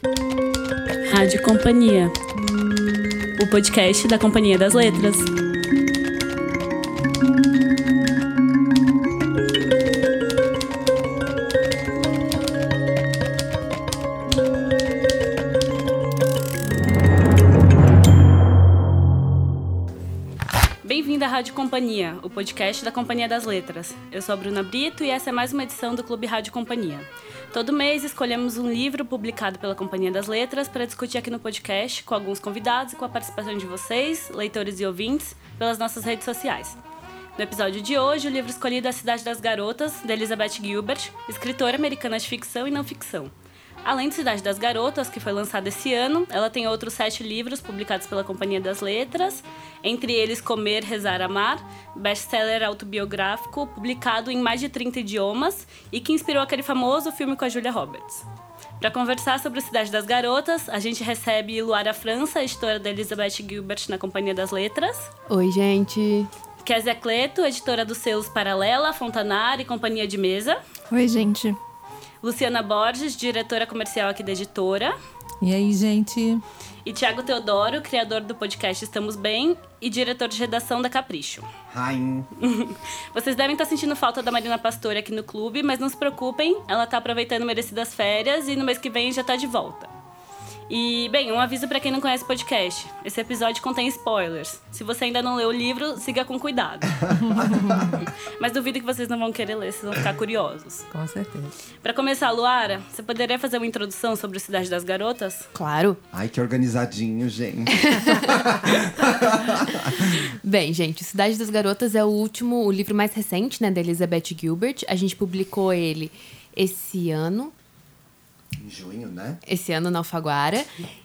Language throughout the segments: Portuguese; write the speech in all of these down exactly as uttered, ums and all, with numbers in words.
Rádio Companhia, o podcast da Companhia das Letras. Bem-vindo à Rádio Companhia, o podcast da Companhia das Letras. Eu sou a Bruna Brito e essa é mais uma edição do Clube Rádio Companhia. Todo mês escolhemos um livro publicado pela Companhia das Letras para discutir aqui no podcast com alguns convidados e com a participação de vocês, leitores e ouvintes, pelas nossas redes sociais. No episódio de hoje, o livro escolhido é A Cidade das Garotas, de Elizabeth Gilbert, escritora americana de ficção e não ficção. Além de Cidade das Garotas, que foi lançada esse ano, ela tem outros sete livros publicados pela Companhia das Letras, entre eles Comer, Rezar, Amar, best-seller autobiográfico, publicado em mais de trinta idiomas e que inspirou aquele famoso filme com a Julia Roberts. Para conversar sobre Cidade das Garotas, a gente recebe Luara França, editora da Elizabeth Gilbert na Companhia das Letras. Oi, gente. Kézia Cleto, editora dos selos Paralela, Fontanar e Companhia de Mesa. Oi, gente. Luciana Borges, diretora comercial aqui da editora. E aí, gente? E Thiago Teodoro, criador do podcast Estamos Bem e diretor de redação da Capricho. Hi. Vocês devem estar sentindo falta da Marina Pastore aqui no clube, mas não se preocupem, ela está aproveitando merecidas férias e no mês que vem já está de volta. E, bem, um aviso para quem não conhece o podcast. Esse episódio contém spoilers. Se você ainda não leu o livro, siga com cuidado. Mas duvido que vocês não vão querer ler, vocês vão ficar curiosos. Com certeza. Para começar, Luara, você poderia fazer uma introdução sobre a Cidade das Garotas? Claro. Ai, que organizadinho, gente. Bem, gente, Cidade das Garotas é o último, o livro mais recente, né, da Elizabeth Gilbert. A gente publicou ele esse ano. Em junho, né? Esse ano na Alfaguara.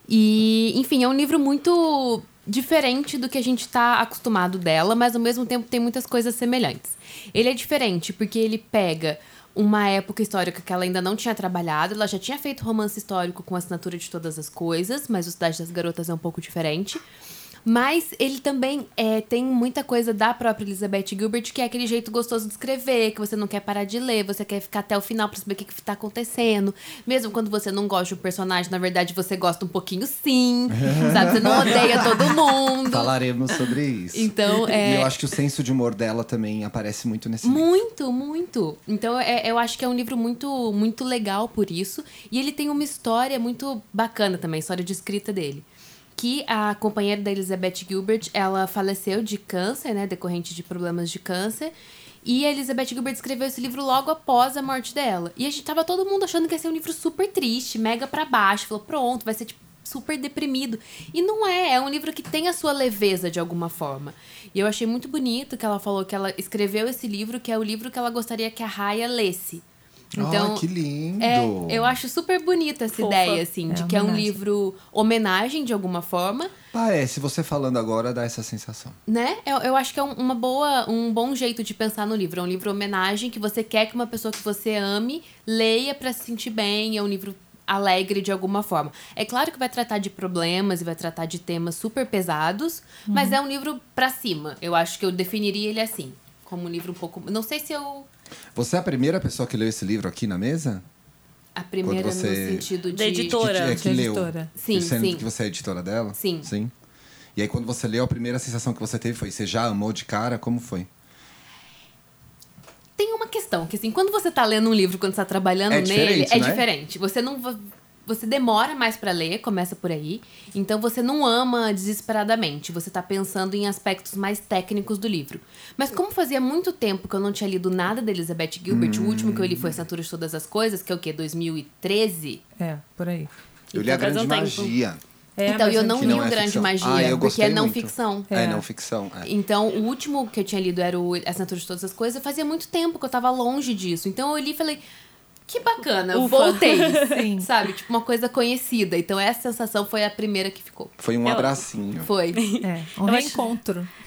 E, enfim, é um livro muito diferente do que a gente tá acostumado dela, mas ao mesmo tempo tem muitas coisas semelhantes. Ele é diferente porque ele pega uma época histórica que ela ainda não tinha trabalhado. Ela já tinha feito romance histórico com Assinatura de Todas as Coisas, mas o Cidade das Garotas é um pouco diferente. Mas ele também é, tem muita coisa da própria Elizabeth Gilbert, que é aquele jeito gostoso de escrever, que você não quer parar de ler, você quer ficar até o final pra saber o que, que tá acontecendo. Mesmo quando você não gosta do personagem, na verdade você gosta um pouquinho sim, sabe? Você não odeia todo mundo. Falaremos sobre isso. Então, é... E eu acho que o senso de humor dela também aparece muito nesse livro. Muito, muito. Então, é, eu acho que é um livro muito, muito legal por isso. E ele tem uma história muito bacana também, a história de escrita dele. Que a companheira da Elizabeth Gilbert, ela faleceu de câncer, né, decorrente de problemas de câncer. E a Elizabeth Gilbert escreveu esse livro logo após a morte dela. E a gente tava todo mundo achando que ia ser um livro super triste, mega pra baixo. Falou, pronto, vai ser tipo, super deprimido. E não é, é um livro que tem a sua leveza de alguma forma. E eu achei muito bonito que ela falou que ela escreveu esse livro, que é o livro que ela gostaria que a Raya lesse. Então, ah, que lindo! É, eu acho super bonita essa Fofa. ideia, assim, É, de que é um homenagem. livro homenagem de alguma forma, Parece, você falando agora dá essa sensação. né? Eu, eu acho que é um, uma boa, um bom jeito de pensar no livro. É um livro homenagem que você quer que uma pessoa que você ame leia pra se sentir bem. É um livro alegre de alguma forma. É claro que vai tratar de problemas e vai tratar de temas super pesados, Uhum. mas é um livro pra cima. Eu acho que eu definiria ele assim, como um livro um pouco... Não sei se eu... Você é a primeira pessoa que leu esse livro aqui na mesa? A primeira Quando você- no sentido de... Da editora. Que, é, que De leu. editora. Sim, Sendo sim. que você é editora dela? Sim. Sim. E aí, quando você leu, a primeira sensação que você teve foi: você já amou de cara? Como foi? Tem uma questão, que assim, quando você tá lendo um livro, quando você tá trabalhando É nele, diferente, é né? diferente. Você não... va- Você demora mais pra ler, começa por aí. Então você não ama desesperadamente. Você tá pensando em aspectos mais técnicos do livro. Mas como fazia muito tempo que eu não tinha lido nada da Elizabeth Gilbert, Hum. o último que eu li foi Assinatura de Todas as Coisas, que é o quê? dois mil e treze? É, por aí. Eu li a faz um Grande tempo. Magia. É, então, mas eu a não gente- Que li não o é Grande ficção. Magia, Ah, eu porque gostei é não muito. ficção. É, É. não ficção. É. Então, o último que eu tinha lido era o Assinatura de Todas as Coisas. Fazia muito tempo que eu tava longe disso. Então, eu li e falei... Que bacana, Ufa. voltei. Sim. Sabe? Tipo, uma coisa conhecida. Então, essa sensação foi a primeira que ficou. Foi um Eu- abracinho. Foi. É, um Eu acho- reencontro.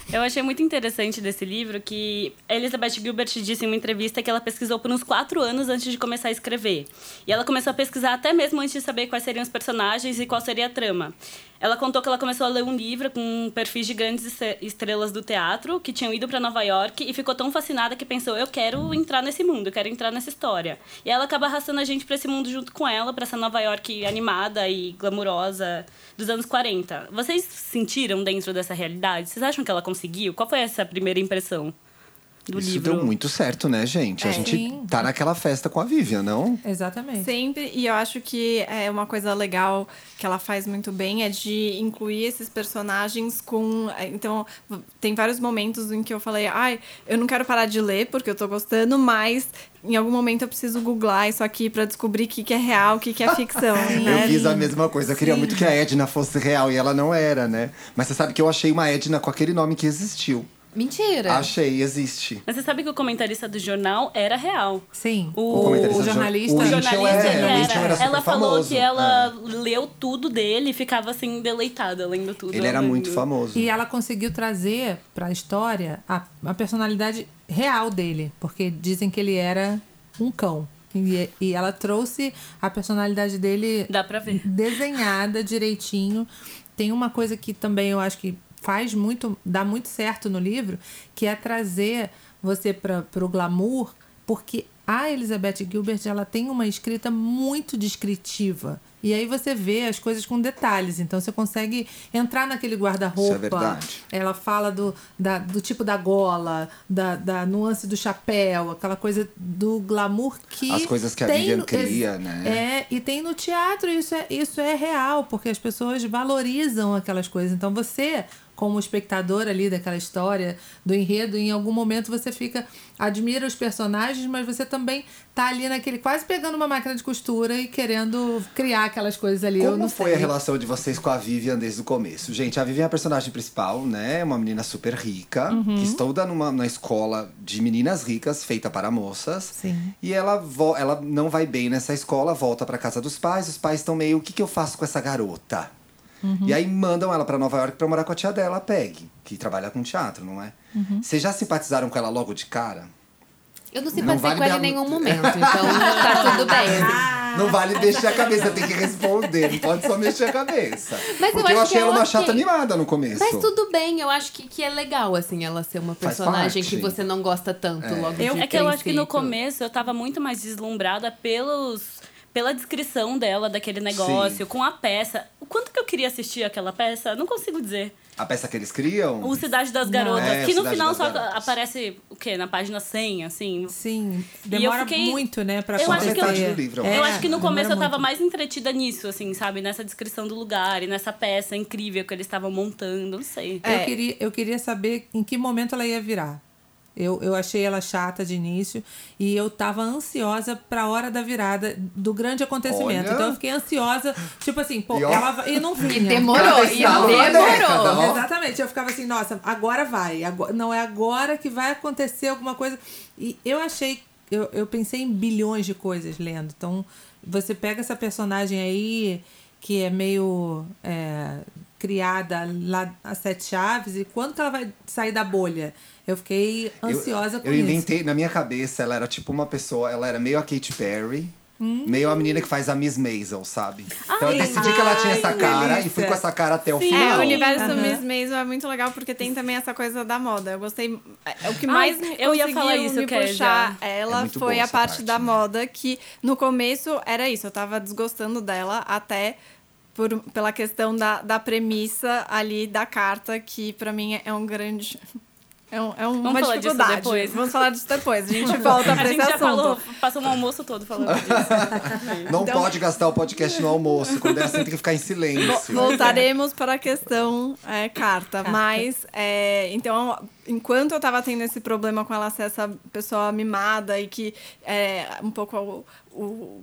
Eu achei muito interessante desse livro que a Elizabeth Gilbert disse em uma entrevista que ela pesquisou por uns quatro anos antes de começar a escrever. E ela começou a pesquisar até mesmo antes de saber quais seriam os personagens e qual seria a trama. Ela contou que ela começou a ler um livro com perfis de grandes estrelas do teatro que tinham ido para Nova York e ficou tão fascinada que pensou, eu quero entrar nesse mundo, eu quero entrar nessa história. E ela acaba arrastando a gente para esse mundo junto com ela, para essa Nova York animada e glamurosa dos anos quarenta. Vocês sentiram dentro dessa realidade? Vocês acham que ela conseguiu? Qual foi essa primeira impressão do Isso livro? deu muito certo, né, gente? É, a gente sim. tá naquela festa com a Vivian, não? Exatamente. Sempre, e eu acho que é uma coisa legal que ela faz muito bem é de incluir esses personagens com... Então, tem vários momentos em que eu falei, ai, eu não quero parar de ler porque eu tô gostando, mas em algum momento eu preciso googlar isso aqui pra descobrir o que, que é real, o que, que é ficção. né? Eu fiz a mesma coisa. Eu queria muito que a Edna fosse real e ela não era, né? Mas você sabe que eu achei uma Edna com aquele nome que existiu. Mentira. Achei, existe. Mas você sabe que o comentarista do jornal era real. Sim. O- O, O comentarista o do jornalista. O O Winchell jornalista, é, ele o Winchell era. era super Ela falou famoso, que ela leu tudo dele e ficava assim, deleitada lendo tudo. Ele era lendo. muito famoso. E ela conseguiu trazer pra história a, a personalidade real dele. Porque dizem que ele era um cão. E, e ela trouxe a personalidade dele Dá pra ver. desenhada direitinho. Tem uma coisa que também eu acho que faz muito, dá muito certo no livro, que é trazer você para o glamour, porque a Elizabeth Gilbert ela tem uma escrita muito descritiva. E aí você vê as coisas com detalhes. Então você consegue entrar naquele guarda-roupa. Isso é verdade. Ela fala do, da, do tipo da gola, da, da nuance do chapéu, aquela coisa do glamour que. As coisas que a tem Vivian no- cria, né? É, e tem no teatro, isso é, isso é real, porque as pessoas valorizam aquelas coisas. Então você, como espectador ali daquela história, do enredo, em algum momento você fica. Admira os personagens, mas você também tá ali naquele. Quase pegando uma máquina de costura e querendo criar aquelas coisas ali. Eu Como não foi sei. a relação de vocês com a Vivian desde o começo? Gente, a Vivian é a personagem principal, né? Uma menina super rica, Uhum. que estuda numa, numa escola de meninas ricas, feita para moças. Sim. E ela, vo- ela não vai bem nessa escola, volta pra casa dos pais. Os pais estão meio, o que, que eu faço com essa garota? Uhum. E aí mandam ela pra Nova York pra morar com a tia dela, a Peg, que trabalha com teatro, não é? Uhum. Vocês já simpatizaram com ela logo de cara? Eu não Não simpatizei vale com ela em dar- nenhum momento, então tá tudo bem. Não vale mexer a cabeça, tem que responder. Não pode só mexer a cabeça. Mas eu Porque eu, acho achei que ela uma ela chata tem- animada no começo. Mas tudo bem, eu acho que, que é legal, assim, ela ser uma Faz personagem parte. que você não gosta tanto É. logo Eu, de é que eu acho que no princípio. começo eu tava muito mais deslumbrada pelos, pela descrição dela daquele negócio, Sim. com a peça. O quanto que eu queria assistir aquela peça, não consigo dizer. A peça que eles criam? O Cidade das Garotas, É, que no Cidade final das só Garotas. aparece, o quê? Na página cem, assim. Sim, eu demora fiquei- muito, né, pra Eu acho que eu- acontecer. do livro, eu É, eu acho que no demora começo eu tava muito. mais entretida nisso, assim, sabe? Nessa descrição do lugar e nessa peça incrível que eles estavam montando, não sei. É. Eu, queria, eu queria saber em que momento ela ia virar. Eu, eu achei ela chata de início e eu tava ansiosa pra hora da virada do grande acontecimento. Olha. Então eu fiquei ansiosa, tipo assim, pô, E ó, ela vai- e não vinha. E demorou, Cada e estalo uma década, demorou. ó. Exatamente, eu ficava assim, nossa, agora vai. Agora, não, é agora que vai acontecer alguma coisa. E eu achei, eu, eu pensei em bilhões de coisas lendo. Então, você pega essa personagem aí, que é meio é, criada lá a sete chaves, e quando que ela vai sair da bolha? Eu fiquei ansiosa eu, com eu isso. inventei, na minha cabeça, ela era tipo uma pessoa, ela era meio a Katy Perry. Hum. Meio a menina que faz a Miss Maisel, sabe? Então eu decidi que ela tinha essa ai, cara e delícia. fui com essa cara até o É, final. o universo Aham. Miss Maisel é muito legal porque tem também essa coisa da moda. Eu gostei. é, O que Ah, mais me eu ia conseguiu falar isso, me que é puxar já- É ela muito foi boa a essa parte, parte, da né? moda que no começo era isso. Eu tava desgostando dela até por, pela questão da, da premissa ali da carta, que pra mim é um grande. É, um, é uma Vamos falar disso dificuldade. depois. Vamos falar disso depois. A gente volta A pra gente esse já assunto. falou, passou um almoço todo falando disso. Não Então- pode gastar o podcast no almoço, quando ela tem que ficar em silêncio. Voltaremos para a questão é, carta. Mas, é, então, enquanto eu tava tendo esse problema com ela ser essa pessoa mimada e que é um pouco o, o-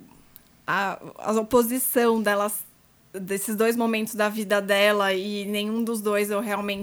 a, a oposição delas, desses dois momentos da vida dela, e nenhum dos dois eu realmente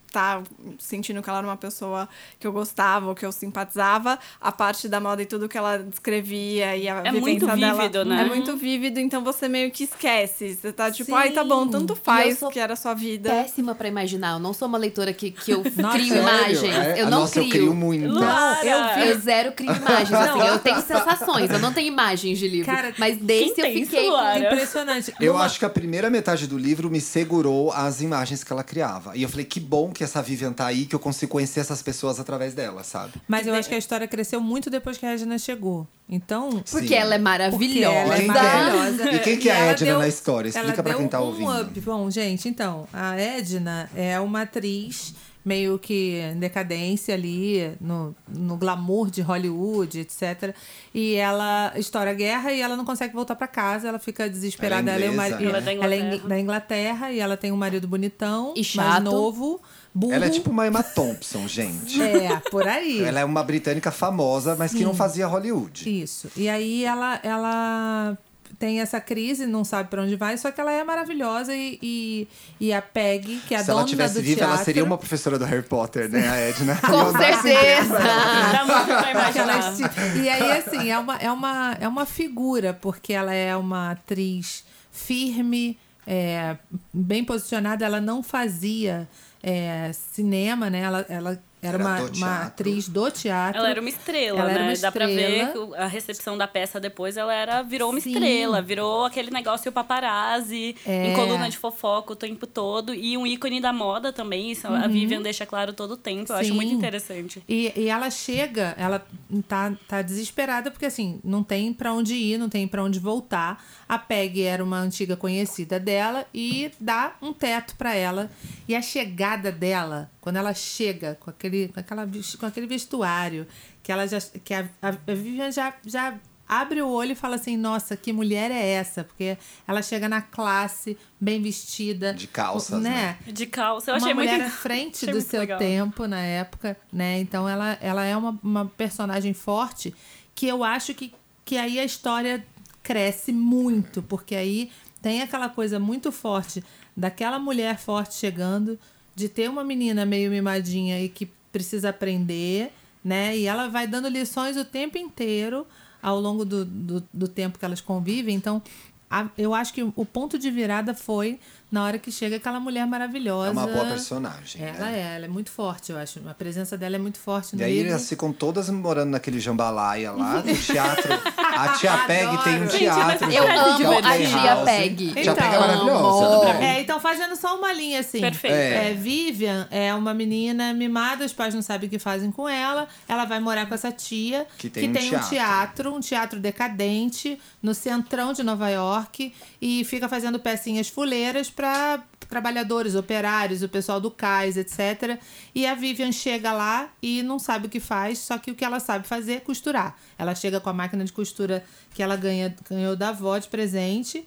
tá sentindo que ela era uma pessoa que eu gostava ou que eu simpatizava, a parte da moda e tudo que ela descrevia e a É vivência muito dela vívido, né? é muito vívido, então você meio que esquece. Você tá tipo, Sim. ai, tá bom, tanto E eu faz sou que era a sua vida. Péssima pra imaginar. Eu não sou uma leitora que, que eu Nossa, crio sério? imagens. É? Eu Ah, não Nossa, crio. eu crio muito. Não, Eu, eu zero crio imagens, assim, eu tenho sensações, eu não tenho imagens de livro. Cara, mas desse quem eu tem fiquei. celular? Cara. Impressionante. Eu Numa- acho que a primeira metade do livro me segurou as imagens que ela criava. E eu falei, que bom que essa Vivian tá aí, que eu consigo conhecer essas pessoas através dela, sabe? Mas eu acho que a história cresceu muito depois que a Edna chegou. Então. Porque Sim. ela é Porque maravilhosa. ela é Quem que é? maravilhosa. E quem que é a ela Edna na história? Explica ela pra quem deu tá um ouvindo. up. Bom, gente, então, a Edna é uma atriz meio que em decadência ali, no, no glamour de Hollywood, etcétera. E ela estoura a guerra e ela não consegue voltar pra casa, ela fica desesperada. Ela é Ela é, uma- inglesa, né? Ela é da ela é Inglaterra. da Inglaterra e ela tem um marido bonitão, E mais chato. novo, burro. Ela é tipo uma Emma Thompson, gente. É, por aí. Ela é uma britânica famosa, mas que não fazia Hollywood. Isso. E aí ela, ela tem essa crise, não sabe pra onde vai, só que ela é maravilhosa e, e, e a Peggy, que é a Se dona ela tivesse do viva, teatro... ela seria uma professora do Harry Potter, né, a Edna? Com certeza. Dá muito pra Aquela imaginar. esti- E aí, assim, é uma, é, uma, é uma figura, porque ela é uma atriz firme, é, bem posicionada, ela não fazia é, cinema, né? Ela, ela era, Era uma, do uma teatro. atriz do teatro. Ela era uma estrela, Ela né? era uma Dá pra ver estrela. que a recepção da peça depois, ela era, virou uma Sim. estrela. Virou aquele negócio paparazzi, É. em coluna de fofoca o tempo todo. E um ícone da moda também, isso a Vivian deixa claro todo o tempo. Eu acho Sim. muito interessante. E, e ela chega, ela tá, tá desesperada, porque assim, não tem pra onde ir, não tem pra onde voltar. A Peggy era uma antiga conhecida dela e dá um teto pra ela. E a chegada dela, quando ela chega com aquele, com aquela, ves- com aquele vestuário, que ela já. Que a, a Vivian já, já abre o olho e fala assim, nossa, que mulher é essa? Porque ela chega na classe, bem vestida. De calças, né? De calça, eu uma achei mulher muito... à frente achei do muito seu legal. tempo na época, né? Então ela, ela é uma, uma personagem forte que eu acho que, que aí a história cresce muito, porque aí tem aquela coisa muito forte daquela mulher forte chegando, de ter uma menina meio mimadinha e que precisa aprender, né? E ela vai dando lições o tempo inteiro ao longo do, do, do tempo que elas convivem. Então, a- eu acho que o ponto de virada foi na hora que chega aquela mulher maravilhosa. É uma boa personagem. Ela né? é, ela é muito forte, eu acho. A presença dela é muito forte no E aí livro. elas ficam todas morando naquele jambalaya lá, no teatro. A tia Peggy tem um Adoro. teatro. Eu que é o amo a Playhouse. tia Peggy. Tia Então, Peggy é maravilhosa. amo. É, então fazendo só uma linha assim. Perfeito. É. É, Vivian é uma menina mimada, os pais não sabem o que fazem com ela. Ela vai morar com essa tia Que tem um um teatro. teatro, um teatro decadente, no centrão de Nova York, e fica fazendo pecinhas fuleiras para trabalhadores, operários, o pessoal do cais, etcétera. E a Vivian chega lá e não sabe o que faz, só que o que ela sabe fazer é costurar. Ela chega com a máquina de costura que ela ganha, ganhou da avó de presente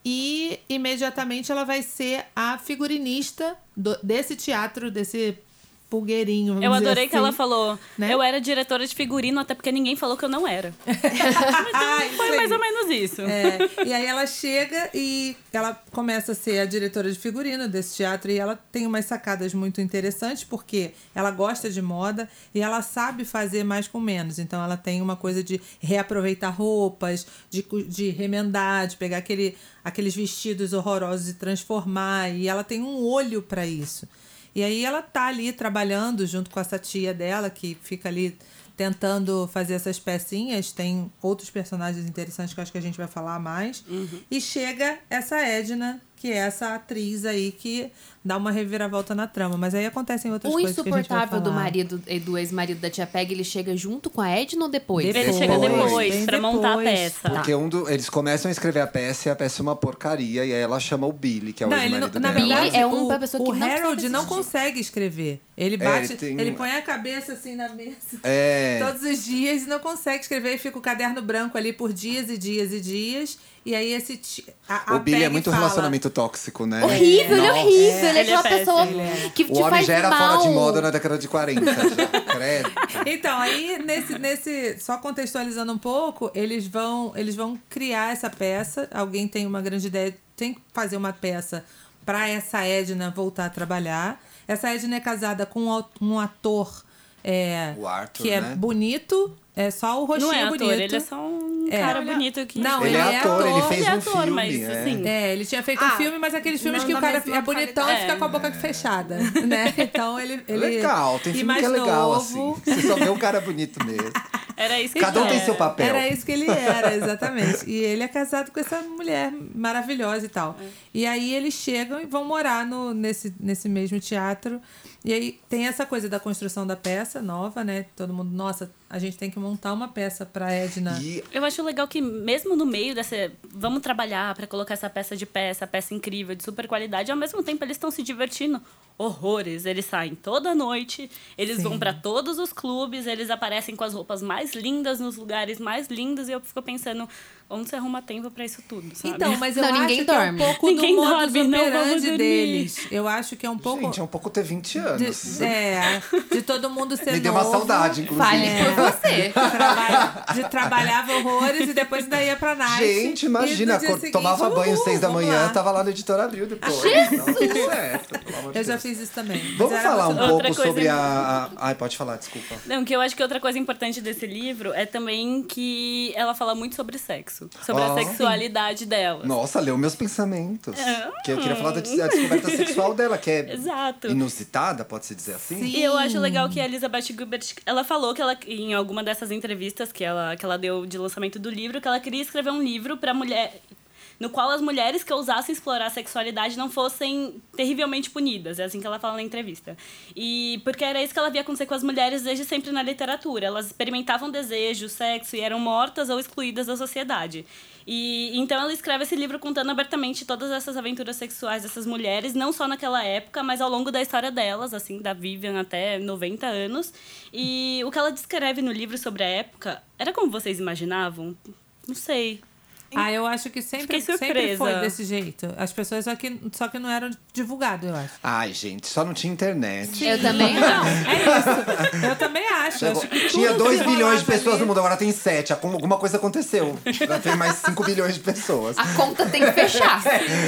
e imediatamente ela vai ser a figurinista do- desse teatro, desse pulgueirinho. vamos Eu dizer adorei que assim. ela falou, né? eu era diretora de figurino, até porque ninguém falou que eu não era. Ah, isso Foi aí. mais ou menos isso. É, e aí ela chega e ela começa a ser a diretora de figurino desse teatro e ela tem umas sacadas muito interessantes porque ela gosta de moda e ela sabe fazer mais com menos. Então ela tem uma coisa de reaproveitar roupas, de, cu- de remendar, de pegar aquele, aqueles vestidos horrorosos e transformar. E ela tem um olho para isso. E aí ela tá ali trabalhando junto com essa tia dela, que fica ali tentando fazer essas pecinhas. Tem outros personagens interessantes que eu acho que a gente vai falar mais. E chega essa Edna, que é essa atriz aí que dá uma reviravolta na trama. Mas aí acontecem outras O coisas que a gente vai insuportável do falar. marido e do ex-marido da tia Peg, ele chega junto com a Edna ou depois? Ele Depois, chega depois, bem pra montar a depois. peça. Porque um do, eles começam a escrever a peça e a peça é uma porcaria. E aí ela chama o Billy, que é o Não, ele ex-marido não, na dela. verdade, Billy é o, uma pessoa que o não consegue Harold não assistir. consegue escrever. Ele É, bate, ele tem ele um- põe a cabeça assim na mesa É. todos os dias e não consegue escrever. E fica o caderno branco ali por dias e dias e dias. E aí esse... ti- A, a O Billy é Peggy muito fala, relacionamento tóxico, né? Horrível, ele é Nossa. horrível. Ele é Ele é aquela péssimo, pessoa ele é. que O te homem faz já era mal. fora de moda na década de quarenta, já. Credo. Então, aí, nesse, nesse, só contextualizando um pouco, eles vão, eles vão criar essa peça. Alguém tem uma grande ideia, tem que fazer uma peça pra essa Edna voltar a trabalhar. Essa Edna é casada com um ator é, o Arthur, que é né? bonito. É só o rostinho Não é ator, bonito. ele é só um É. cara Olha- bonito que... Não, Ele, ele é ator, ele fez Ele é um ator, filme. mas, é. assim, É, ele tinha feito Ah, um filme, mas aqueles filmes não que o da cara mesma é bonitão qualidade. e fica com a boca É. fechada, né? Então ele... ele Legal, tem e filme mais que é legal, novo. assim. Você só vê um cara bonito mesmo. Era isso que Cada um ele tem era. seu papel. Era isso que ele era, exatamente. E ele é casado com essa mulher maravilhosa e tal. E aí eles chegam e vão morar no, nesse, nesse mesmo teatro. E aí tem essa coisa da construção da peça nova, né? Todo mundo, nossa, a gente tem que montar uma peça pra Edna. E Eu acho legal que mesmo no meio dessa... Vamos trabalhar pra colocar essa peça de pé, essa peça incrível, de super qualidade. Ao mesmo tempo, eles estão se divertindo horrores. Eles saem toda noite, eles Sim. vão pra todos os clubes, eles aparecem com as roupas mais lindas, nos lugares mais lindos. E eu fico pensando, onde você arruma tempo pra isso tudo, sabe? Então, mas eu Não, acho ninguém que é um dorme. pouco Ninguém do modus dorme, não vamos operandi dormir. deles. Eu acho que é um pouco... gente, é um pouco ter vinte anos. de, é, de todo mundo ser Me deu uma novo. saudade, inclusive. Fale É. por você. Traba- de trabalhava horrores e depois ainda ia pra night. Gente, imagina, E no dia cor- seguinte, tomava banho uhul, seis da vamos manhã, lá. tava lá no Editora Abril depois. Então, tudo certo, pelo amor de Eu já Deus. fiz isso também. mas Vamos era falar um muito- Outra pouco coisa sobre é- a, a... Ai, pode falar, desculpa. Não, que eu acho que outra coisa importante desse livro é também que ela fala muito sobre sexo. Sobre Oh. a sexualidade dela. Nossa, leu meus pensamentos. Ah. Que eu queria falar da, da descoberta sexual dela, que é Exato. inusitada, pode-se dizer assim? Sim. E eu acho legal que a Elizabeth Gilbert, ela falou que ela, em alguma dessas entrevistas que ela, que ela deu de lançamento do livro, que ela queria escrever um livro para mulher, no qual as mulheres que ousassem explorar a sexualidade não fossem terrivelmente punidas. É assim que ela fala na entrevista. E porque era isso que ela via acontecer com as mulheres desde sempre na literatura. Elas experimentavam desejo, sexo e eram mortas ou excluídas da sociedade. E então ela escreve esse livro contando abertamente todas essas aventuras sexuais dessas mulheres, não só naquela época, mas ao longo da história delas, assim, da Vivian até noventa anos. E o que ela descreve no livro sobre a época era como vocês imaginavam? Não sei. Ah, eu acho que sempre, Fiquei sempre surpresa. foi desse jeito. As pessoas só que, só que não eram divulgadas, eu acho. Ai, gente, só não tinha internet. Eu também não. É isso. Eu também acho. Eu acho que Tinha tudo dois que bilhões de rolava pessoas ali- no mundo, agora tem sete. Alguma coisa aconteceu. Já tem mais cinco bilhões de pessoas. A conta tem que fechar.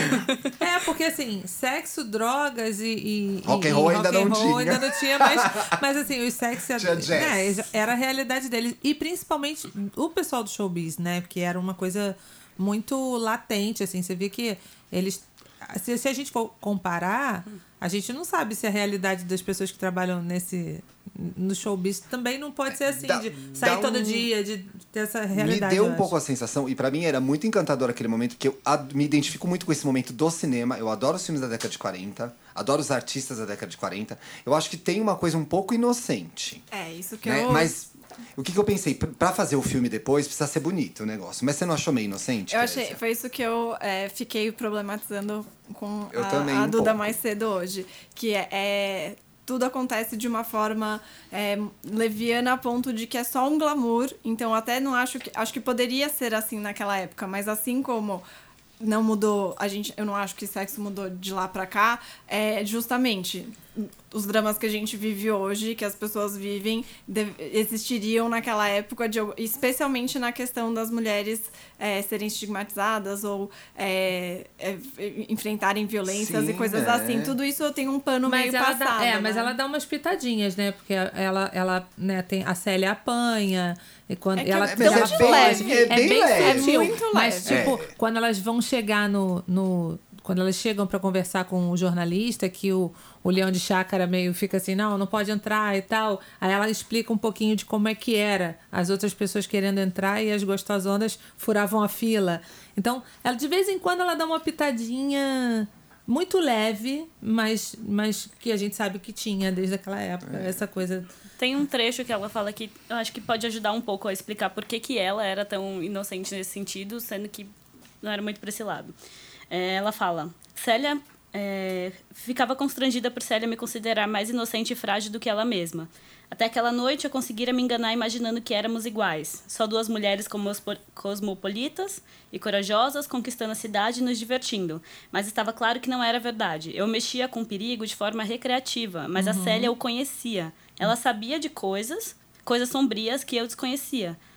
É, porque assim, sexo, drogas e. e Rock e- and roll e ainda rock and não roll tinha. ainda não tinha, mas, mas assim, os sexos Tinha jazz. né, era a realidade deles. E principalmente o pessoal do showbiz, né? Porque era uma coisa muito latente, assim. Você vê que eles. Se, se a gente for comparar, a gente não sabe se a realidade das pessoas que trabalham nesse. No showbiz também não pode ser assim, Dá- de dá sair todo um- dia, de ter essa Me realidade. deu eu um acho. pouco a sensação, e pra mim era muito encantador aquele momento, porque eu ad- me identifico muito com esse momento do cinema. Eu adoro os filmes da década de quarenta, adoro os artistas da década de quarenta. Eu acho que tem uma coisa um pouco inocente. É, isso que Né? eu... Mas o que, que eu pensei? Pr- Pra fazer o filme depois, precisa ser bonito o negócio. Mas você não achou meio inocente? Eu Kézia? achei, foi isso que eu é, fiquei problematizando com Eu a, também, a um Duda pouco. mais cedo hoje. Que é, é, tudo acontece de uma forma é, leviana a ponto de que é só um glamour. Então até não acho que. Acho que poderia ser assim naquela época, mas assim como não mudou, a gente, eu não acho que sexo mudou de lá pra cá, é justamente os dramas que a gente vive hoje, que as pessoas vivem, de- existiriam naquela época, de, especialmente na questão das mulheres é, serem estigmatizadas ou é, é, enfrentarem violências Sim, e coisas é. assim. Tudo isso tem um pano Mas meio ela passado. dá, é, né? mas ela dá umas pitadinhas, né? Porque ela, ela né, tem a Célia apanha e quando É que ela, é- mas ela é bem foge, leve, é bem leve. sutil, É muito mas leve. tipo, É. quando elas vão chegar no, no quando elas chegam para conversar com o jornalista, que o, o Leão de Chácara meio fica assim, não, não pode entrar e tal. Aí ela explica um pouquinho de como é que era as outras pessoas querendo entrar e as gostosonas furavam a fila. Então, ela de vez em quando ela dá uma pitadinha muito leve, mas, mas que a gente sabe que tinha desde aquela época, essa coisa. Tem um trecho que ela fala que eu acho que pode ajudar um pouco a explicar por que, que ela era tão inocente nesse sentido, sendo que não era muito para esse lado. É, ela fala: Célia é, ficava constrangida por Célia me considerar mais inocente e frágil do que ela mesma. Até aquela noite eu conseguira me enganar imaginando que éramos iguais. Só duas mulheres cosmo- cosmopolitas e corajosas conquistando a cidade e nos divertindo. Mas estava claro que não era verdade. Eu mexia com o perigo de forma recreativa, mas a Célia o conhecia. Ela sabia de coisas, coisas sombrias que eu desconhecia.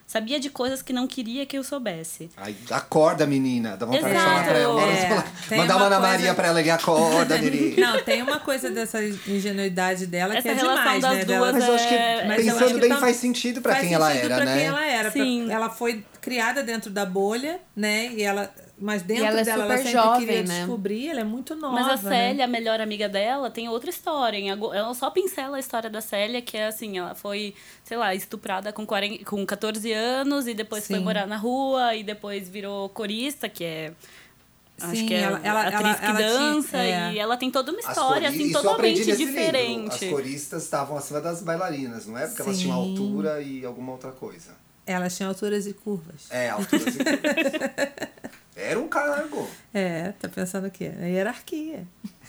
Sabia de coisas que não queria que eu soubesse. Ai, acorda, menina. Dá vontade de Exato. falar pra ela. É, Falar, tem mandar uma uma Ana coisa- Maria pra ela ali. Acorda, menina. Não, tem uma coisa dessa ingenuidade dela que Essa é relação demais, das né? duas Dela- Mas eu acho que, É, mas eu pensando acho que bem, tam- faz sentido pra faz quem ela sentido era, pra né? quem ela era. pra- Sim. Ela foi criada dentro da bolha, né? E ela, mas dentro ela é dela ela super sempre jovem, queria né? descobrir. Ela é muito nova. Mas a né? Célia, a melhor amiga dela, tem outra história. Em ago- Ela só pincela a história da Célia, que é assim, ela foi, sei lá, estuprada com, quarenta, com catorze anos e depois Sim. foi morar na rua e depois virou corista, que é... acho Sim, que é ela- ela- atriz ela- que ela tinha- dança é. e ela tem toda uma As história, cori- assim, isso eu aprendi totalmente nesse diferente. livro. As coristas estavam acima das bailarinas, não é? Porque elas tinham Sim. altura e alguma outra coisa. Elas tinham alturas e curvas. É, altura assim. Era um cargo. É, tá pensando o quê? É hierarquia.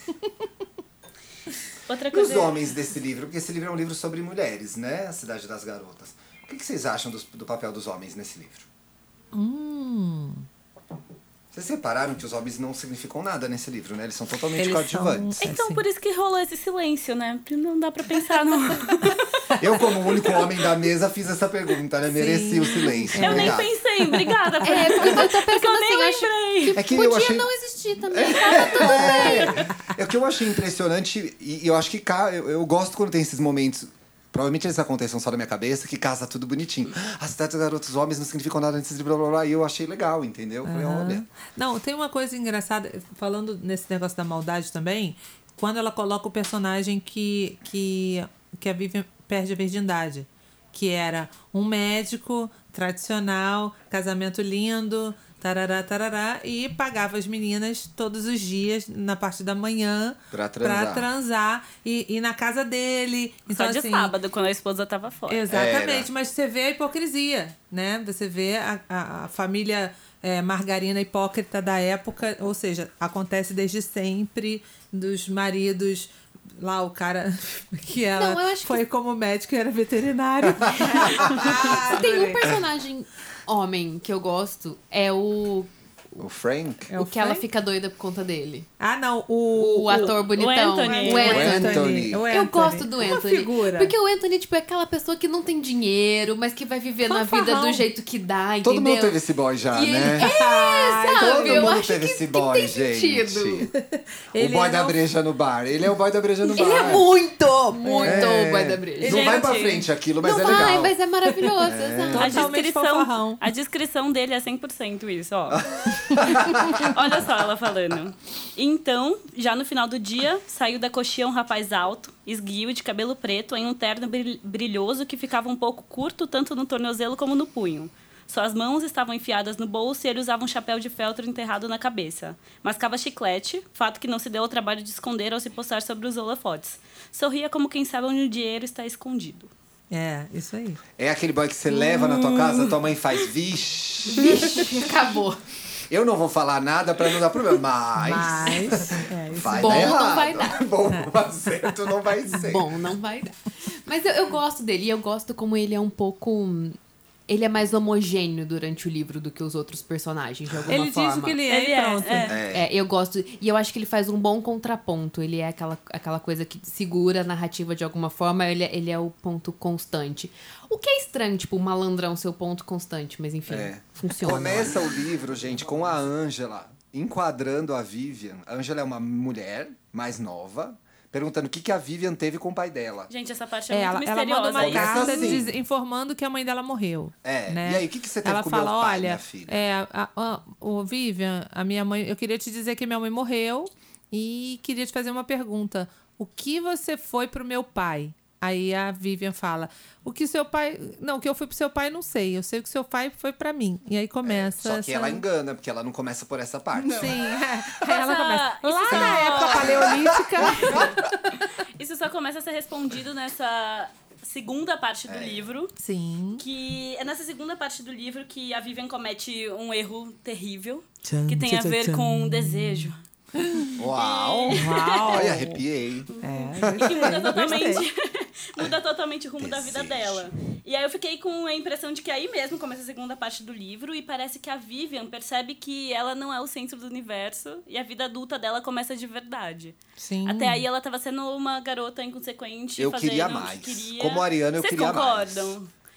Outra E os coisa... homens desse livro? Porque esse livro é um livro sobre mulheres, né? A Cidade das Garotas. O que que vocês acham dos- do papel dos homens nesse livro? Hum. Vocês repararam que os homens não significam nada nesse livro, né? Eles são totalmente Eles coadjuvantes. são- Então, assim. por isso que rolou esse silêncio, né? Porque não dá pra pensar, não. Eu, como o único homem da mesa, fiz essa pergunta, né? Mereci o silêncio. Eu nem Obrigado. pensei, obrigada. Por... É, porque eu tô Porque pensando eu nem assim, acho lembrei. É que podia eu achei... não existir também. Tava tudo bem. É o que eu achei impressionante, e eu acho que ca- eu, eu gosto quando tem esses momentos. Provavelmente eles aconteçam só na minha cabeça, que casa tudo bonitinho. A cidade dos garotos homens não significam nada antes de blá blá blá. E eu achei legal, entendeu? Eu Falei, olha. Não, tem uma coisa engraçada, falando nesse negócio da maldade também, quando ela coloca o personagem que, que, que a Vivian perde a virgindade. Que era um médico tradicional, casamento lindo, tarará, tarará, e pagava as meninas todos os dias, na parte da manhã, Pra transar. pra transar e, e na casa dele. Então, Só de assim, sábado, quando a esposa tava fora. exatamente, Era. mas você vê a hipocrisia, né? Você vê a, a, a família é, margarina hipócrita da época, ou seja, acontece desde sempre dos maridos. Lá o cara que ela Não, eu acho foi como médico e era veterinário. Se tem um personagem homem que eu gosto, é o, O Frank. É o o que ela Frank? fica doida por conta dele. Ah, não, o, O, ator bonitão. Anthony. O o Anthony. Anthony. o Eu Anthony. gosto do Uma Anthony. figura. Porque o Anthony, tipo, é aquela pessoa que não tem dinheiro, mas que vai viver na vida Fanfarrão. do jeito que dá, entendeu? Todo mundo teve esse boy já, E ele- né? É, Todo sabe? Eu mundo acho teve que, esse que boy, tem gente. sentido. O Ele boy é da não- breja no bar. Ele é o boy da breja no bar. Ele é muito, muito É. o boy da breja. Não vai Gente, pra frente aquilo, mas não é vai, legal. mas é maravilhoso, exato. A Totalmente descrição, fanfarrão. a descrição dele é cem por cento isso, ó. Olha só ela falando. Então, já no final do dia, saiu da coxinha um rapaz alto, esguio, de cabelo preto, em um terno bril- brilhoso que ficava um pouco curto, tanto no tornozelo como no punho. Suas mãos estavam enfiadas no bolso e ele usava um chapéu de feltro enterrado na cabeça. Mascava chiclete, fato que não se deu ao trabalho de esconder ao se postar sobre os holofotes. Sorria como quem sabe onde o dinheiro está escondido. É, isso aí. É aquele boy que você leva na tua casa, tua mãe faz vixe. Vixe, acabou. Eu não vou falar nada pra não dar problema, mas. Mas, é, isso vai Bom, dar não errado. vai dar. Bom, acerto não vai ser. Bom, não vai dar. Mas eu, eu gosto dele. E eu gosto como ele é um pouco... Ele é mais homogêneo durante o livro do que os outros personagens, de alguma ele forma. diz o que ele é Ele e é, pronto. é. É, eu gosto. E eu acho que ele faz um bom contraponto. Ele é aquela, aquela coisa que segura a narrativa de alguma forma. Ele, é- ele é o ponto constante. O que é estranho, tipo, o malandrão ser o ponto constante, mas enfim, É. funciona. Começa o livro, gente, com a Ângela enquadrando a Vivian. A Ângela é uma mulher mais nova, perguntando o que, que a Vivian teve com o pai dela. Gente, essa parte é, É, muito ela, ela misteriosa. manda uma isso. Começa carta assim. diz- informando que a mãe dela morreu. É, né? e aí, o que, que você teve Ela com fala, meu pai, olha, minha filha? é, a, a, o Vivian, a minha mãe, eu queria te dizer que minha mãe morreu e queria te fazer uma pergunta. O que você foi pro meu pai? Aí a Vivian fala, o que seu pai... Não, o que eu fui pro seu pai, não sei. Eu sei o que seu pai foi pra mim. E aí começa Só que essa... ela engana, porque ela não começa por essa parte. Sim, é. Aí ela Essa- começa. Lá isso na só- época paleolítica... Isso só começa a ser respondido nessa segunda parte do livro. Sim. Que é nessa segunda parte do livro que a Vivian comete um erro terrível. Tchan, que tem a tchan, ver tchan. com desejo. Uau! Uau! Olha, arrepiei. É, E que muda gostei. totalmente, muda totalmente o rumo da vida Desejo. dela. E aí eu fiquei com a impressão de que aí mesmo começa a segunda parte do livro e parece que a Vivian percebe que ela não é o centro do universo e a vida adulta dela começa de verdade. Sim. Até aí ela tava sendo uma garota inconsequente, Eu fazendo queria o que mais. queria. Como a Ariana, eu Vocês queria mais. concordam?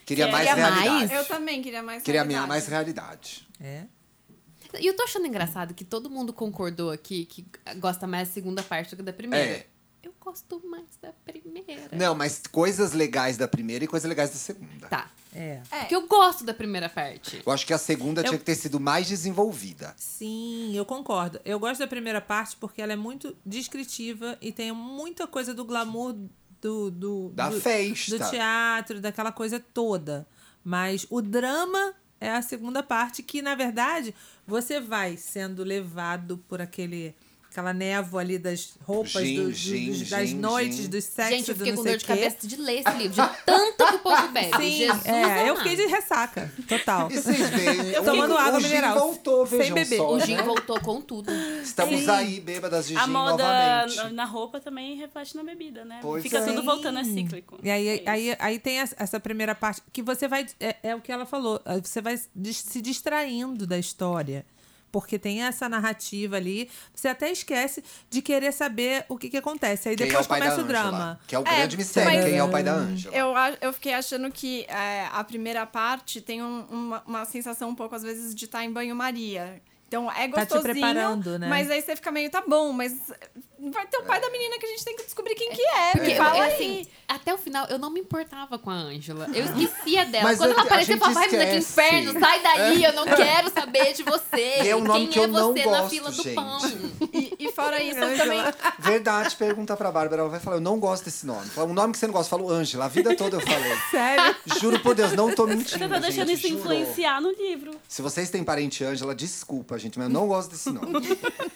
Queria Que mais queria realidade. mais? Eu também queria mais Queria realidade. mais realidade. É. E eu tô achando engraçado que todo mundo concordou aqui que gosta mais da segunda parte do que da primeira. É. Eu gosto mais da primeira. Não, mas coisas legais da primeira e coisas legais da segunda. Tá. É. É. Porque eu gosto da primeira parte. Eu acho que a segunda Eu- tinha que ter sido mais desenvolvida. Sim, eu concordo. Eu gosto da primeira parte porque ela é muito descritiva e tem muita coisa do glamour do, do, Da do, festa. do teatro, daquela coisa toda. Mas o drama é a segunda parte que, na verdade, você vai sendo levado por aquele... Aquela névoa ali das roupas, Gin, do- do- gin, dos- das gin, noites, gin. dos sexos, Gente, eu do fiquei não com sei dor de quê. cabeça de ler esse livro, de tanto que o povo bebe. Sim, Jesus é, eu amado. fiquei de ressaca, total. E vocês veem, o- tomando o, água o gin mineral, voltou, sem vejam beber. só, O Gin né? voltou com tudo. Estamos Sim. aí, bêbadas de A gin moda novamente. na- na roupa também reflete na bebida, né? Pois Fica é. tudo voltando, é cíclico. E aí, É isso. aí, aí tem essa- essa primeira parte que você vai. É, é o que ela falou. aí Você vai dis- se distraindo da história. Porque tem essa narrativa ali. Você até esquece de querer saber o que, que acontece. Aí Quem depois é o pai começa da o drama. Ângela? Que é o É, grande mistério. mas- Quem é o pai da Ângela? Eu, a- eu fiquei achando que é, a primeira parte tem um- uma, uma sensação um pouco, às vezes, de estar em banho-maria. Então é Tá te gostosinho, preparando, né? mas aí você fica meio, tá bom, mas vai ter o pai da menina que a gente tem que descobrir quem que é. Porque eu, Fala eu, aí. assim, até o final, eu não me importava com a Ângela. Eu esquecia dela. Mas Quando eu- ela a apareceu, eu gente falava, vai, menina, que esquece. inferno, sai daí, eu não quero saber de você. E é um nome Quem que é eu não você na gosto, fila do gente. pão? E, e fora isso, eu também... Verdade, pergunta pra Bárbara. Ela vai falar, eu não gosto desse nome. Fala, um nome que você não gosta. Eu falo Ângela. A vida toda eu falei. Sério? Juro por Deus, não tô mentindo, Você tá deixando gente, isso juro. influenciar no livro. Se vocês têm parente Ângela, desculpa, gente, mas eu não gosto desse nome.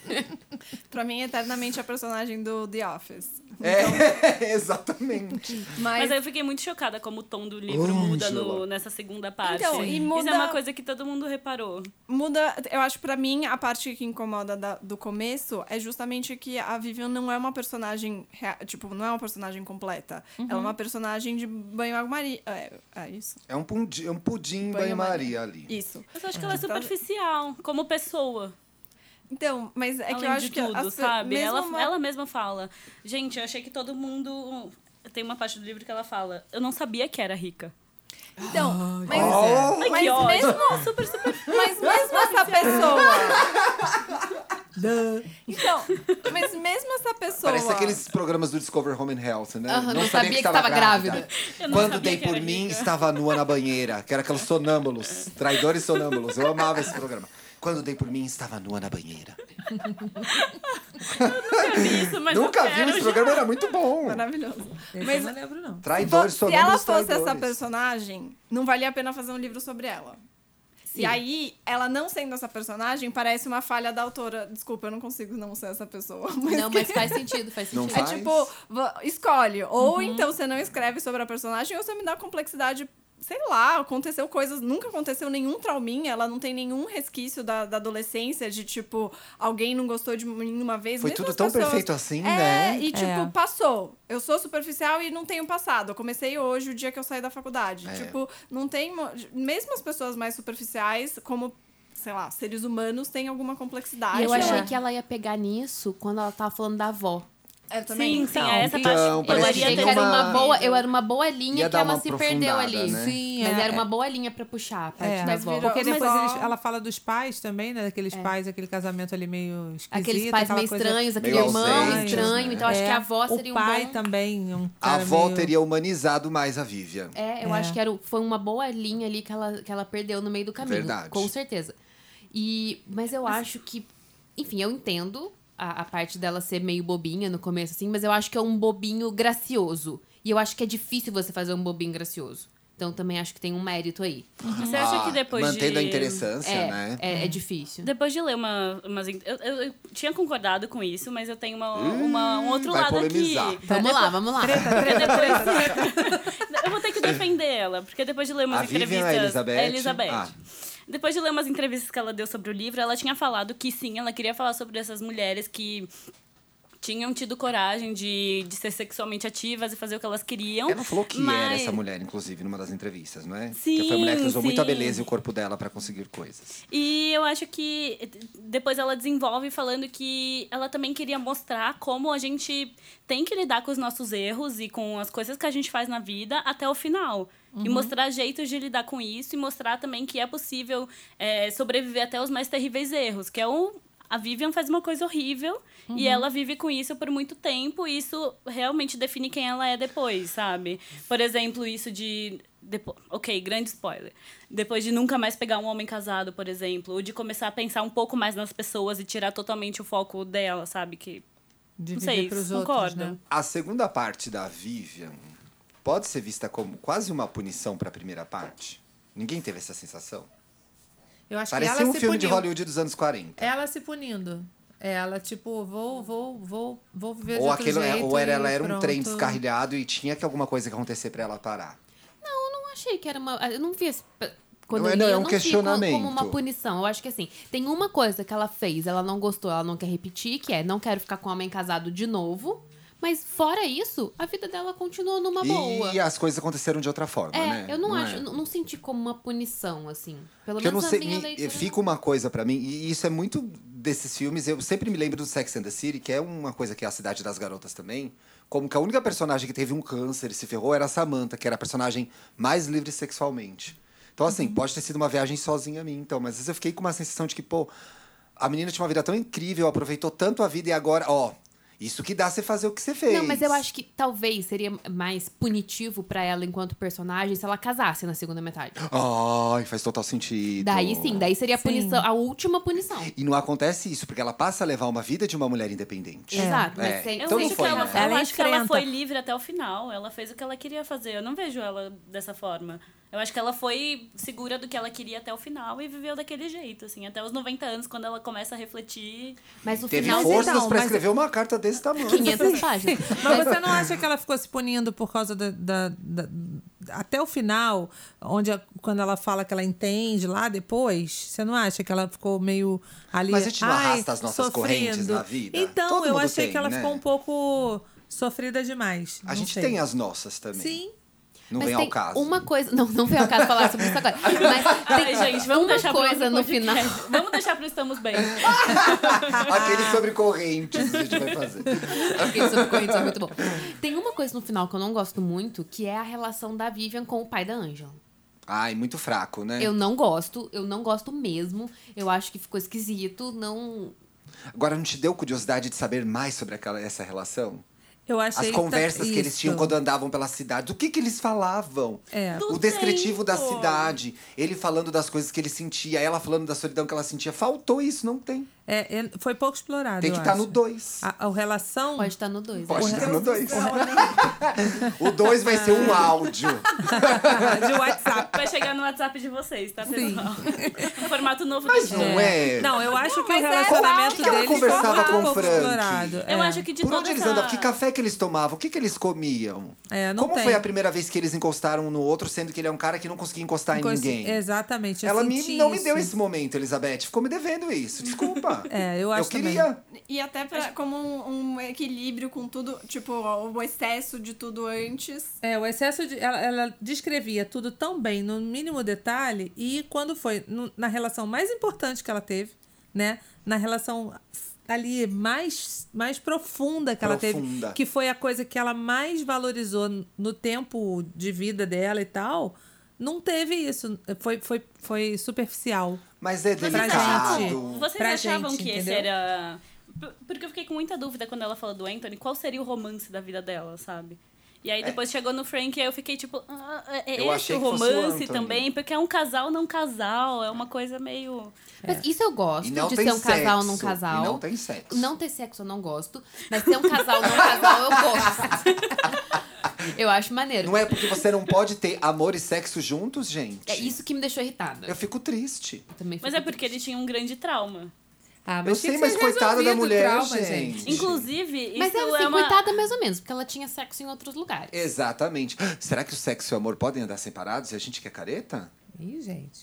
Pra mim, eternamente a personagem do The Office. É, exatamente. Mas, Mas aí eu fiquei muito chocada como o tom do livro muda no- Ângela. nessa segunda parte. Então, e Isso muda- é uma coisa que todo mundo reparou. muda, eu acho pra mim a parte que incomoda da- do começo é justamente que a Vivian não é uma personagem rea- tipo, não é uma personagem completa. Ela é uma personagem de banho-maria. É, é isso. É um pudim, é um pudim Banho-maria. banho-maria ali. Isso. Eu só acho que ela é superficial, como pessoa. Então, mas é além que eu acho de que tudo, as pe- sabe? mesmo Ela, uma- ela mesma fala. Gente, eu achei que todo mundo... Tem uma parte do livro que ela fala, eu não sabia que era rica. Então, mas, Oh! Ai, mas que ódio. mesmo, Super, super... mas mesmo essa pessoa. Duh. Então, mas mesmo essa pessoa. Parece aqueles programas do Discover Home and Health, né? Aham, não sabia que estava grávida. Eu não Quando sabia dei que era por mim, rica. estava nua na banheira. Que era aqueles sonâmbulos. Traidores sonâmbulos. Eu amava esse programa. Quando dei por mim, estava nua na banheira. Nunca vi isso, mas Nunca eu vi, quero esse já. programa era muito bom. Maravilhoso. Esse Mas eu não lembro, não. Traidores se sonâmbulos. ela fosse traidores. essa personagem, não valia a pena fazer um livro sobre ela. E aí, ela não sendo essa personagem, parece uma falha da autora. Desculpa, eu não consigo não ser essa pessoa. Mas Não, mas faz sentido, faz Não sentido. é faz? tipo, va- escolhe. Ou então você não escreve sobre a personagem, ou você me dá complexidade. Sei lá, aconteceu coisas, nunca aconteceu nenhum trauminha, ela não tem nenhum resquício da, da adolescência, de tipo, alguém não gostou de mim uma vez. Foi mesmo tudo as tão pessoas- perfeito assim, é, né? E tipo, É. passou. Eu sou superficial e não tenho passado. Eu comecei hoje, o dia que eu saí da faculdade. É. Tipo, não tem. mo- Mesmo as pessoas mais superficiais, como, sei lá, seres humanos, têm alguma complexidade. E eu sei achei lá. que ela ia pegar nisso quando ela tava falando da avó. É, também. Sim, sim, Então, é essa então, parte. Eu parece achei que que era uma- uma boa, eu era uma boa linha Ia que dar ela uma se perdeu aprofundada, ali. né? Sim, Mas é. era uma boa linha pra puxar a parte É, da mas avó. virou- Porque depois Mas- eles- ela fala dos pais também, né? Daqueles pais, aquele casamento ali meio esquisito. Aqueles pais aquela meio coisa- estranhos, aquele Meio irmão ausentes, estranho. né? Então acho É, que a avó seria o um pai bom... também, um A cara avó meio... teria humanizado mais a Vivian. É, eu É. acho que era, o- foi uma boa linha ali que ela, que ela perdeu no meio do caminho. Verdade. Com certeza. E, mas eu acho que... Enfim, eu entendo a, a parte dela ser meio bobinha no começo, assim. Mas eu acho que é um bobinho gracioso. E eu acho que é difícil você fazer um bobinho gracioso. Então também acho que tem um mérito aí. Você acha que depois Mantendo de... a interessância, É, né? é, é difícil. Depois de ler uma, umas... Eu, eu, eu tinha concordado com isso, mas eu tenho uma, uma, um outro vai lado polemizar. aqui. Vamos lá, vamos lá. Porque depois... eu vou ter que defender ela, porque depois de ler umas A Vivian, entrevistas... a Elizabeth? É a Elizabeth. Ah. Depois de ler umas entrevistas que ela deu sobre o livro, ela tinha falado que sim, ela queria falar sobre essas mulheres que tinham tido coragem de, de ser sexualmente ativas e fazer o que elas queriam. Ela falou que mas... era essa mulher, inclusive, numa das entrevistas, não é? Sim, que foi a mulher que usou muito a sim. beleza e o corpo dela pra conseguir coisas. E eu acho que depois ela desenvolve falando que ela também queria mostrar como a gente tem que lidar com os nossos erros e com as coisas que a gente faz na vida até o final. Uhum. E mostrar jeitos de lidar com isso e mostrar também que é possível é, sobreviver até os mais terríveis erros, que é um... A Vivian faz uma coisa horrível uhum. e ela vive com isso por muito tempo e isso realmente define quem ela é depois, sabe? Por exemplo, isso de... Depois, ok, grande spoiler. Depois de nunca mais pegar um homem casado, por exemplo, ou de começar a pensar um pouco mais nas pessoas e tirar totalmente o foco dela, sabe? Que, de não sei, concordam? Né? A segunda parte da Vivian pode ser vista como quase uma punição para a primeira parte? Ninguém teve essa sensação? Eu acho Parecia que ela um se filme puniu. de Hollywood dos anos quarenta. Ela se punindo. Ela, tipo, vou, vou, vou, vou viver ou de outro aquilo, jeito Ou era, ela era pronto. um trem descarrilhado e tinha que alguma coisa que acontecer pra ela parar. Não, eu não achei que era uma... Eu não vi... Quando não, eu li, não, é eu um não questionamento. vi como uma punição. Eu acho que, assim, tem uma coisa que ela fez, ela não gostou, ela não quer repetir, que é, não quero ficar com um homem casado de novo. Mas, fora isso, a vida dela continuou numa boa. E as coisas aconteceram de outra forma, é, né? eu não, não acho, é? não, não senti como uma punição, assim. Pelo Porque menos eu não sei, a minha me, leitura. fica uma coisa pra mim, e isso é muito desses filmes, eu sempre me lembro do Sex and the City, que é uma coisa que é a Cidade das Garotas também, como que a única personagem que teve um câncer e se ferrou era a Samantha, que era a personagem mais livre sexualmente. Então, assim, uhum. pode ter sido uma viagem sozinha a mim, então, mas às vezes eu fiquei com uma sensação de que, pô, a menina tinha uma vida tão incrível, aproveitou tanto a vida e agora, ó, isso que dá você fazer o que você fez. Não, mas eu acho que talvez seria mais punitivo pra ela enquanto personagem se ela casasse na segunda metade. Ai, faz total sentido. Daí sim, daí seria a Sim. punição, a última punição. E não acontece isso, porque ela passa a levar uma vida de uma mulher independente. É. Exato, mas É. sem... Eu Então vejo não foi, que ela, né? eu Ela acho que ela enfrenta. foi livre até o final. Ela fez o que ela queria fazer. Eu não vejo ela dessa forma. Eu acho que ela foi segura do que ela queria até o final e viveu daquele jeito, assim. Até os noventa anos, quando ela começa a refletir. Mas no Teve final... forças então, pra mas- escrever uma carta desse tamanho. quinhentas páginas. Mas você não acha que ela ficou se punindo por causa da... da- da- até o final, onde a- quando ela fala que ela entende lá depois, você não acha que ela ficou meio ali... Mas a gente não ai, arrasta as nossas sofrendo? correntes na vida? Então, Todo eu mundo achei tem, que ela né? ficou um pouco sofrida demais. A Não gente sei. tem as nossas também. Sim. Não Mas vem tem ao caso. uma coisa... Não, não vem ao caso falar sobre isso agora. Mas tem Ai, gente, vamos uma deixar pro coisa outro no podcast. final... Vamos deixar pro Estamos Bem. Aquele sobre correntes a gente vai fazer. Aquele sobre correntes é muito bom. Tem uma coisa no final que eu não gosto muito, que é a relação da Vivian com o pai da Angela. Ai, muito fraco, né? Eu não gosto, eu não gosto mesmo. Eu acho que ficou esquisito, não... Agora, não te deu curiosidade de saber mais sobre aquela, essa relação? Eu achei As conversas que, que eles isso. tinham quando andavam pela cidade. Do que que eles falavam? É. Do O descritivo da tempo. cidade. Ele falando das coisas que ele sentia. Ela falando da solidão que ela sentia. Faltou isso, não tem. É, é, foi pouco explorado, Tem que eu estar acho. no dois. A, a relação... Pode estar no dois. Pode né? estar no dois. O dois vai ser um áudio. de WhatsApp. Vai chegar no WhatsApp de vocês, tá, pessoal? Um formato novo Mas do não é. Não, eu acho que o mas é relacionamento que ela deles conversava foi com o pouco Frank? explorado. Eu é. acho que de Por toda onde eles essa... andavam? Que café que eles tomavam? O que que eles comiam? É, não Como tem. foi a primeira vez que eles encostaram um no outro, sendo que ele é um cara que não conseguia encostar em Cons- ninguém? Exatamente. eu Ela me, senti não me isso. deu esse momento, Elizabeth. Ficou me devendo isso. Desculpa. É, eu acho Eu queria. E até pra, como um, um equilíbrio com tudo, tipo, o excesso de tudo antes. É, o excesso de. Ela, ela descrevia tudo tão bem, no mínimo detalhe, e quando foi no- na relação mais importante que ela teve, né? Na relação ali mais, mais profunda que ela Profunda. teve, que foi a coisa que ela mais valorizou no tempo de vida dela e tal, não teve isso. Foi, foi, foi superficial. Mas é Vocês Pra delicado. gente. Vocês Pra achavam gente, que esse entendeu? era... P- Porque eu fiquei com muita dúvida quando ela falou do Anthony. Qual seria o romance da vida dela, sabe? E aí depois chegou no Frank e aí eu fiquei tipo... Ah, é Eu esse achei o que fosse o romance Anthony. também? Porque é um casal, não casal. É uma coisa meio... Mas isso eu gosto, E não de tem ser um casal sexo. num casal. E não tem sexo. Não ter sexo eu não gosto, mas ser um casal num casal eu gosto. Eu acho maneiro. Não é porque você não pode ter amor e sexo juntos, gente? É isso que me deixou irritada. Eu fico triste. Eu também Mas fico é porque ele tinha um grande trauma. Ah, Eu sei, mas coitada da mulher, gente. Inclusive, Mas isso ela é assim, uma... coitada mais ou menos, porque ela tinha sexo em outros lugares. Exatamente. Será que o sexo e o amor podem andar separados e a gente quer careta? Ih, gente.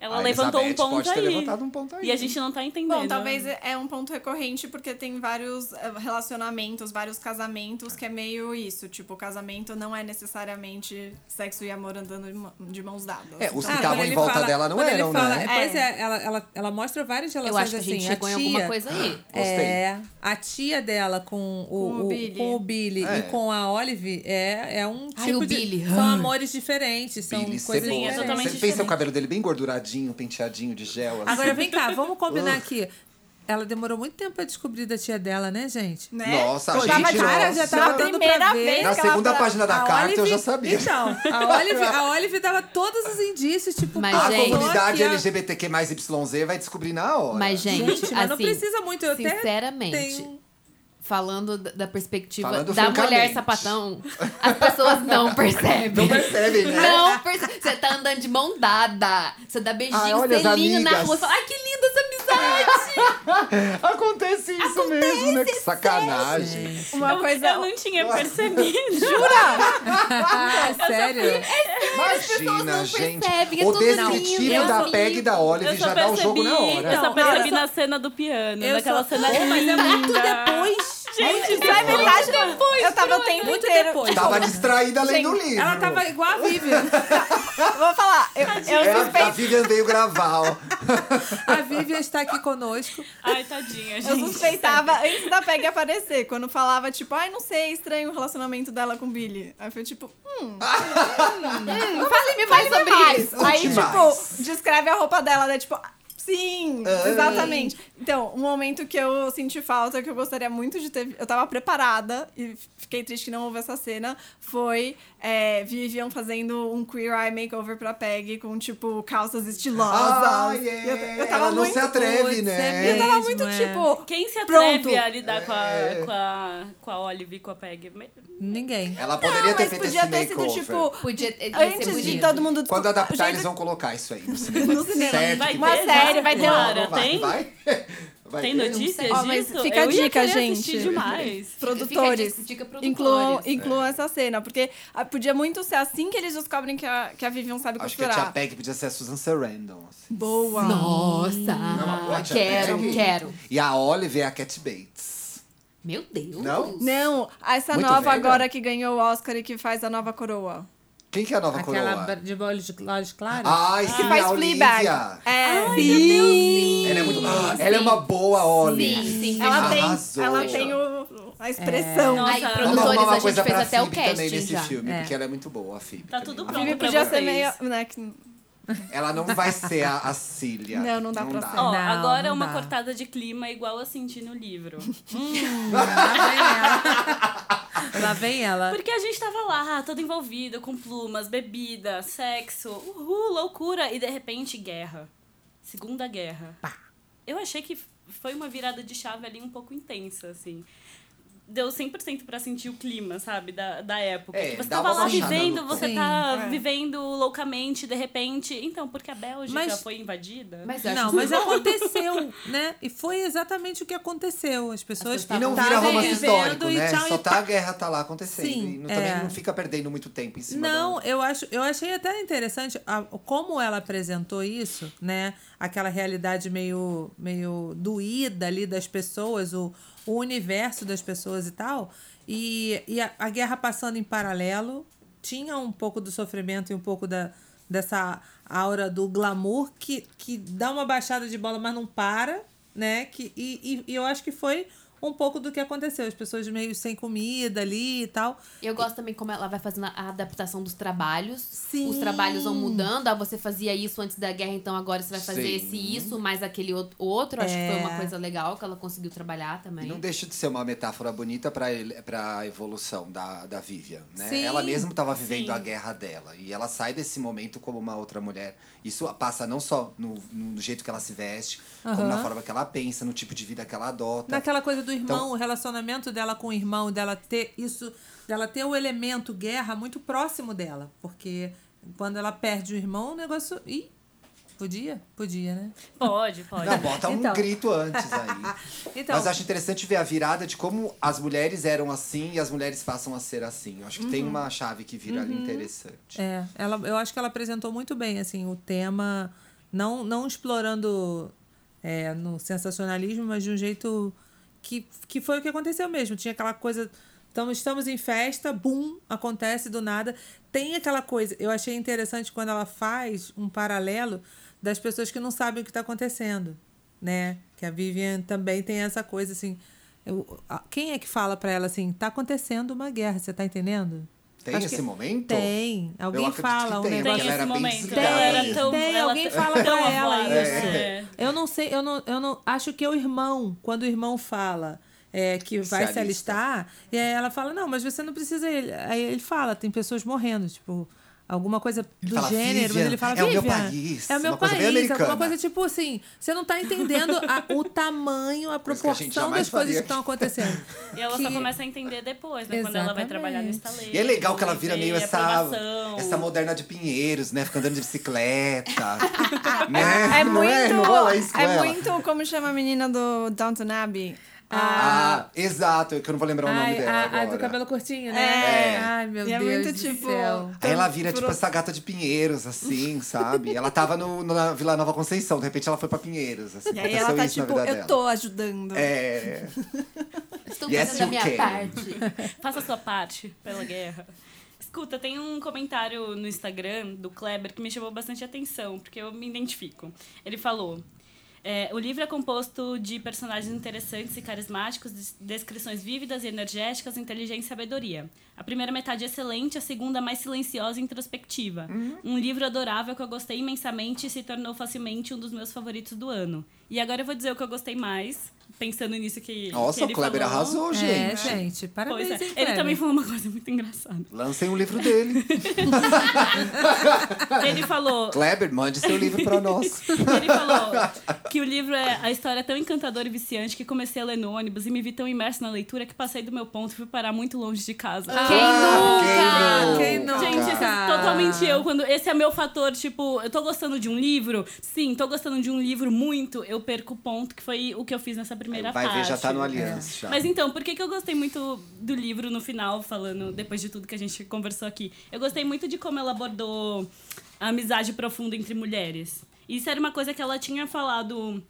Ela A levantou um Elizabeth ponto pode ter aí. levantado um ponto aí. E a gente não tá entendendo. Bom, talvez é um ponto recorrente porque tem vários eh, relacionamentos, vários casamentos que é meio isso. Tipo, o casamento não é necessariamente sexo e amor andando de mã- de mãos dadas. É, os que Ah, estavam quando em ele volta fala- dela não quando ele eram, fala- né? Pois É. é, ela, ela, ela mostra várias relações Eu acho que a assim. gente chegou em tia, alguma coisa aí. É, a tia dela com o, Com o o- Billy. com o Billy É. e com a Olive é, é um Ai, tipo o de... Billy. São Ai. amores diferentes, são Billy coisas cebola. Sim, é diferentes. totalmente Você pensa diferente. o cabelo dele bem gorduradinho, penteadinho de gel. Assim. Agora vem cá, vamos combinar Ugh. aqui. Ela demorou muito tempo pra descobrir da tia dela, né, gente? Né? Nossa, a Pô, gente, tava, cara, nossa. já tava Na dando primeira pra ver. vez Na que ela segunda fala- página da A carta eu Olive- já sabia. Então, a Olive, a Olive dava todos os indícios, tipo, Mas, pô, A gente, comunidade que a- L G B T Q mais Y Z vai descobrir na hora. Mas, gente, Gente, mas não assim, precisa muito. Eu até sinceramente, tenho- falando da da perspectiva Falando da mulher francamente. sapatão, as pessoas não percebem. Não percebem, né? Não percebem. Você tá andando de mão dada. Você dá beijinho, Ai, olha as selinho na amigas. rua. Fala, ai, que linda essa amizade. Acontece isso mesmo, né? Que sacanagem. Uma eu, coisa. eu não tinha percebido. Ah, sério? Imagina, não gente. percebem, é O tudo descritivo lindo. da Peg e da Olive Eu só já dá o jogo na percebi, hora. eu só Não, percebi eu só- na cena do piano, Eu naquela só- cena Pô, mas é muito linda. depois. Gente, Isso é verdade depois. Eu tava o tempo Muito inteiro. depois. Tava distraída lendo o livro. Ela tava igual a Vivian. Vou falar. Eu, eu É, a suspeito. Vivian veio gravar, ó. A Vivian está aqui conosco. Ai, tadinha, Eu gente. suspeitava antes da Peg aparecer, quando falava, tipo, ai, não sei, estranho o relacionamento dela com o Billy. Aí foi tipo, hum. Fale-me mais sobre isso. Aí, Conte tipo, mais. descreve a roupa dela, né? Tipo, sim, Ah. exatamente. Então, um momento que eu senti falta, que eu gostaria muito de ter. Eu tava preparada e fiquei triste que não houve essa cena. Foi é, Vivian fazendo um Queer Eye Makeover pra Peg com, tipo, calças estilosas. Ai, E eu, é. eu tava Ela não muito. se atreve, Putz, né? Eu tava mesmo, muito, é. tipo. Quem se atreve Pronto. a lidar com, a, É. com, a, com a Olive e com a Peg? Ninguém. Ela poderia Não, ter mas feito podia esse ter sido, makeover. tipo. Podia ia ser Antes de bonito. todo mundo Quando desculpa- adaptar, Gente, eles vão colocar isso aí no cinema. No cinema. Certo Vai que Uma ter, série, já? vai ter Clara, vai, tem? Vai? Vai Tem ter? notícias Ó, mas disso? fica a Eu ia dica, querer gente. assistir demais. Produtores, Fica a dica, produtores. incluam, incluam essa cena, porque ah, podia muito ser assim que eles descobrem que a, que a Vivian sabe Acho que a costurar. tia Peg podia ser a Susan Sarandon. Assim. Boa. Nossa, Não, tia quero, Peg. quero. E a Olive é a Cat Bates. Meu Deus. Não? Não, essa Muito nova velha? agora que ganhou o Oscar e que faz a nova coroa. Quem que é a nova Aquela coroa? de olhos, olhos claros. Ai, sim, Que faz a Fleabag. Olivia. É, sim. Ela é muito. Ela é uma boa Olive. Sim, sim. Ela tem, Arrasou. ela tem o, a expressão. Nossa. Aí, Vamos Vamos produtores, arrumar a uma gente coisa fez pra até o Phoebe também casting nesse já. filme, É. porque ela é muito boa, a Phoebe. Tá também. tudo A pronto Vivi pra podia vocês. ser meio... Né, que- Ela não vai ser a, a Cília. Não, não dá pra ser. Ó, Não, agora é não uma dá. cortada de clima igual eu senti no livro. Lá vem ela. Lá vem ela. Porque a gente tava lá, todo envolvido, com plumas, bebida, sexo, uhul, loucura, e de repente, guerra. Segunda Guerra. Eu achei que foi uma virada de chave ali um pouco intensa, assim. Deu cem por cento pra sentir o clima, sabe, da, da época. É, você dá tava uma lá baixada vivendo, no você tom. tá Sim. vivendo loucamente, de repente. Então, porque a Bélgica Mas- foi invadida. Mas eu Não, acho mas que- aconteceu, né? E foi exatamente o que aconteceu. As pessoas E não estavam vira romance vivendo histórico, e né? tchau, Só e tá a guerra tá lá acontecendo. Sim, e não- é. também não fica perdendo muito tempo em cima Não, da... eu acho, eu achei até interessante a- como ela apresentou isso, né? Aquela realidade meio, meio doída ali das pessoas, o, o universo das pessoas e tal. E, e a, a guerra passando em paralelo, tinha um pouco do sofrimento e um pouco da, dessa aura do glamour que, que dá uma baixada de bola, mas não para, né? Que, e, e, e eu acho que foi um pouco do que aconteceu. As pessoas meio sem comida ali e tal. Eu gosto também como ela vai fazendo a adaptação dos trabalhos. Sim. Os trabalhos vão mudando. Ah, você fazia isso antes da guerra, então agora você vai fazer Sim. esse isso, mais aquele outro. outro. Acho que foi É. uma coisa legal que ela conseguiu trabalhar E também. não deixa de ser uma metáfora bonita pra, ele- pra evolução da, da Vivian, né? Sim. Ela mesma estava vivendo Sim. a guerra dela. E ela sai desse momento como uma outra mulher. Isso passa não só no, no jeito que ela se veste, como na Aham. forma que ela pensa, no tipo de vida que ela adota. Naquela coisa do irmão, Então- o relacionamento dela com o irmão, dela ter isso, dela ter o elemento guerra muito próximo dela. Porque quando ela perde o irmão, o negócio. Ih, podia? Podia, né? Pode, pode. Não, bota um Então. grito antes aí. Então, Mas acho interessante ver a virada de como as mulheres eram assim e as mulheres passam a ser assim. Eu acho que tem uma chave que vira ali interessante. é, ela, eu acho que ela apresentou muito bem assim, o tema Não, não explorando é, no sensacionalismo, mas de um jeito que, que foi o que aconteceu mesmo. Tinha aquela coisa... Então, estamos em festa, bum, acontece do nada. Tem aquela coisa... Eu achei interessante quando ela faz um paralelo das pessoas que não sabem o que está acontecendo, né? Que a Vivian também tem essa coisa, assim... Eu, quem é que fala para ela assim, tá acontecendo uma guerra, você tá entendendo? Tem Acho esse que momento? Tem. Alguém eu fala um tem, negócio. Tem ela era esse bem momento. desligada Ela era mesmo. tão, Tem, ela alguém t- fala tão pra ela avó, isso. é. Eu não sei, eu não, eu não acho que é o irmão, quando o irmão fala é, que vai se, Se alista. alistar, e aí ela fala, não, mas você não precisa ir. Aí ele fala, tem pessoas morrendo, tipo, alguma coisa do fala, gênero, mas Vivian, ele fala, é o meu Vivian, país, é o meu uma coisa bem país, americana. alguma coisa tipo assim, você não tá entendendo a- o tamanho, a Coisa que a gente proporção jamais das coisas faria que estão acontecendo. E ela Que- só começa a entender depois, né? Quando ela vai Exatamente. trabalhar no estaleiro. E é legal que ela vira e meio vê essa, aprovação. essa moderna de Pinheiros, né? Fica andando de bicicleta. né? É Não muito. é? Não rola isso com é ela? muito. Como chama a menina do Downton Abbey? Ah, exato, que eu não vou lembrar o nome Ai, dela a, agora. a do cabelo curtinho, né? É. Ai, meu E é Deus muito do tipo- céu. Aí ela vira, Por- tipo, essa gata de Pinheiros, assim, sabe? Ela tava no, no- na Vila Nova Conceição, de repente ela foi pra Pinheiros, assim. E aí aconteceu ela tá isso na tipo, vida eu dela. tô ajudando. É... Estou Yes, fazendo a you minha can. parte. Faça a sua parte pela guerra. Escuta, tem um comentário no Instagram do Kleber que me chamou bastante atenção, porque eu me identifico. Ele falou... É, o livro é composto de personagens interessantes e carismáticos, des- descrições vívidas e energéticas, inteligência e sabedoria. A primeira metade é excelente, a segunda mais silenciosa e introspectiva. Um livro adorável que eu gostei imensamente e se tornou facilmente um dos meus favoritos do ano. E agora eu vou dizer o que eu gostei mais, pensando nisso que, Nossa, que ele o Kleber falou. arrasou, É, gente. gente, parabéns, Pois é. hein, Ele Kleber? também falou uma coisa muito engraçada. Lancem o livro dele. Ele falou... Kleber, mande seu livro pra nós. Ele falou que o livro é a história é tão encantadora e viciante que comecei a ler no ônibus e me vi tão imerso na leitura que passei do meu ponto e fui parar muito longe de casa. Quem nunca? Quem nunca? Gente, isso é totalmente eu. Quando esse é meu fator, tipo, eu tô gostando de um livro, sim, tô gostando de um livro muito, eu perco o ponto, que foi o que eu fiz nessa primeira Vai parte. ver, já tá no Aliança. Já. Mas então, por que, que eu gostei muito do livro no final, falando, depois de tudo que a gente conversou aqui? Eu gostei muito de como ela abordou a amizade profunda entre mulheres. Isso era uma coisa que ela tinha falado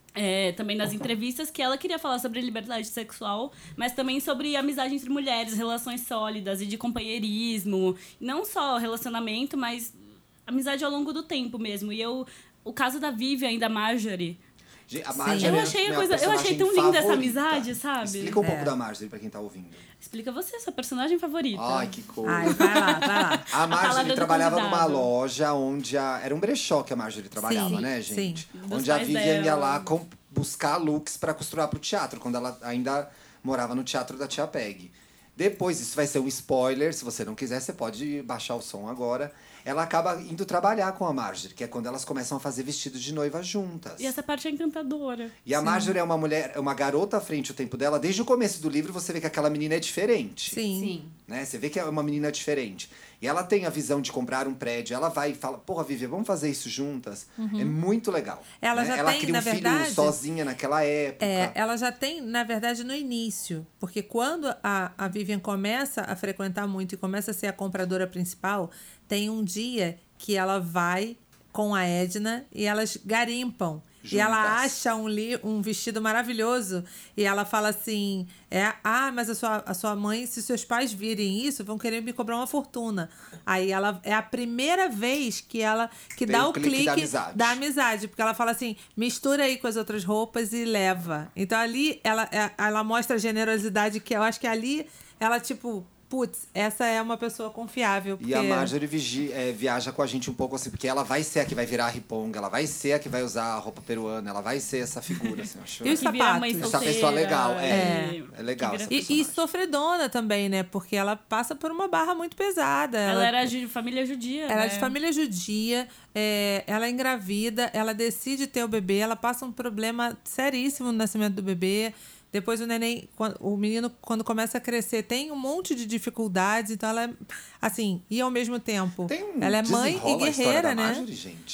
é, também nas entrevistas, que ela queria falar sobre liberdade sexual, mas também sobre amizade entre mulheres, relações sólidas e de companheirismo. Não só relacionamento, mas amizade ao longo do tempo mesmo. E eu, o caso da Vivian e da Marjorie... Gente, a Marjorie Eu é achei a minha coisa- eu achei tão personagem linda essa favorita. amizade, sabe? Explica um É. pouco da Marjorie pra quem tá ouvindo. Explica você, sua personagem favorita. Ai, que coisa. Ai, vai lá, vai lá. A palavra Marjorie do trabalhava convidado. numa loja onde a... Era um brechó que a Marjorie trabalhava, Sim, né, sim. gente? Dos Onde a pais Vivian dela. ia lá com... buscar looks pra costurar pro teatro, quando ela ainda morava no teatro da Tia Peg. Depois, isso vai ser um spoiler, se você não quiser, você pode baixar o som agora. Ela acaba indo trabalhar com a Marjorie, que é quando elas começam a fazer vestidos de noiva juntas. E essa parte é encantadora. E a Marjorie é uma mulher, é uma garota à frente do tempo dela. Desde o começo do livro, você vê que aquela menina é diferente. Sim. Sim. Né? Você vê que é uma menina diferente. E ela tem a visão de comprar um prédio. Ela vai e fala, porra, Vivian, vamos fazer isso juntas? É muito legal. Ela né? já ela tem, cria um na filho verdade- sozinha naquela época. É, ela já tem, na verdade, no início. Porque quando a, a Vivian começa a frequentar muito e começa a ser a compradora principal, tem um dia que ela vai com a Edna e elas garimpam. E ela Juntas. acha um, li, um vestido maravilhoso e ela fala assim, é, ah, mas a sua, a sua mãe, se seus pais virem isso, vão querer me cobrar uma fortuna. Aí ela é a primeira vez que ela que Tem dá o o clique clique da amizade. da amizade, porque ela fala assim, mistura aí com as outras roupas e leva. Então ali ela, ela mostra a generosidade que eu acho que ali ela tipo, putz, essa é uma pessoa confiável. Porque... E a Marjorie vigi- é, viaja com a gente um pouco assim, porque ela vai ser a que vai virar a riponga, ela vai ser a que vai usar a roupa peruana, ela vai ser essa figura, assim, eu acho. E os Que vira mãe sapatos? Essa solteira. pessoa legal, é. e- É legal que vira- essa E, personagem. e sofredona também, né? Porque ela passa por uma barra muito pesada. Ela era de família judia, Ela né? é de família judia, é, ela é engravida, ela decide ter o bebê, ela passa um problema seríssimo no nascimento do bebê. Depois o neném, quando- o menino, quando começa a crescer, tem um monte de dificuldades. Então ela é, assim, e ao mesmo tempo, Tem um ela é mãe e desenrola a história guerreira, da né? Marjorie, gente.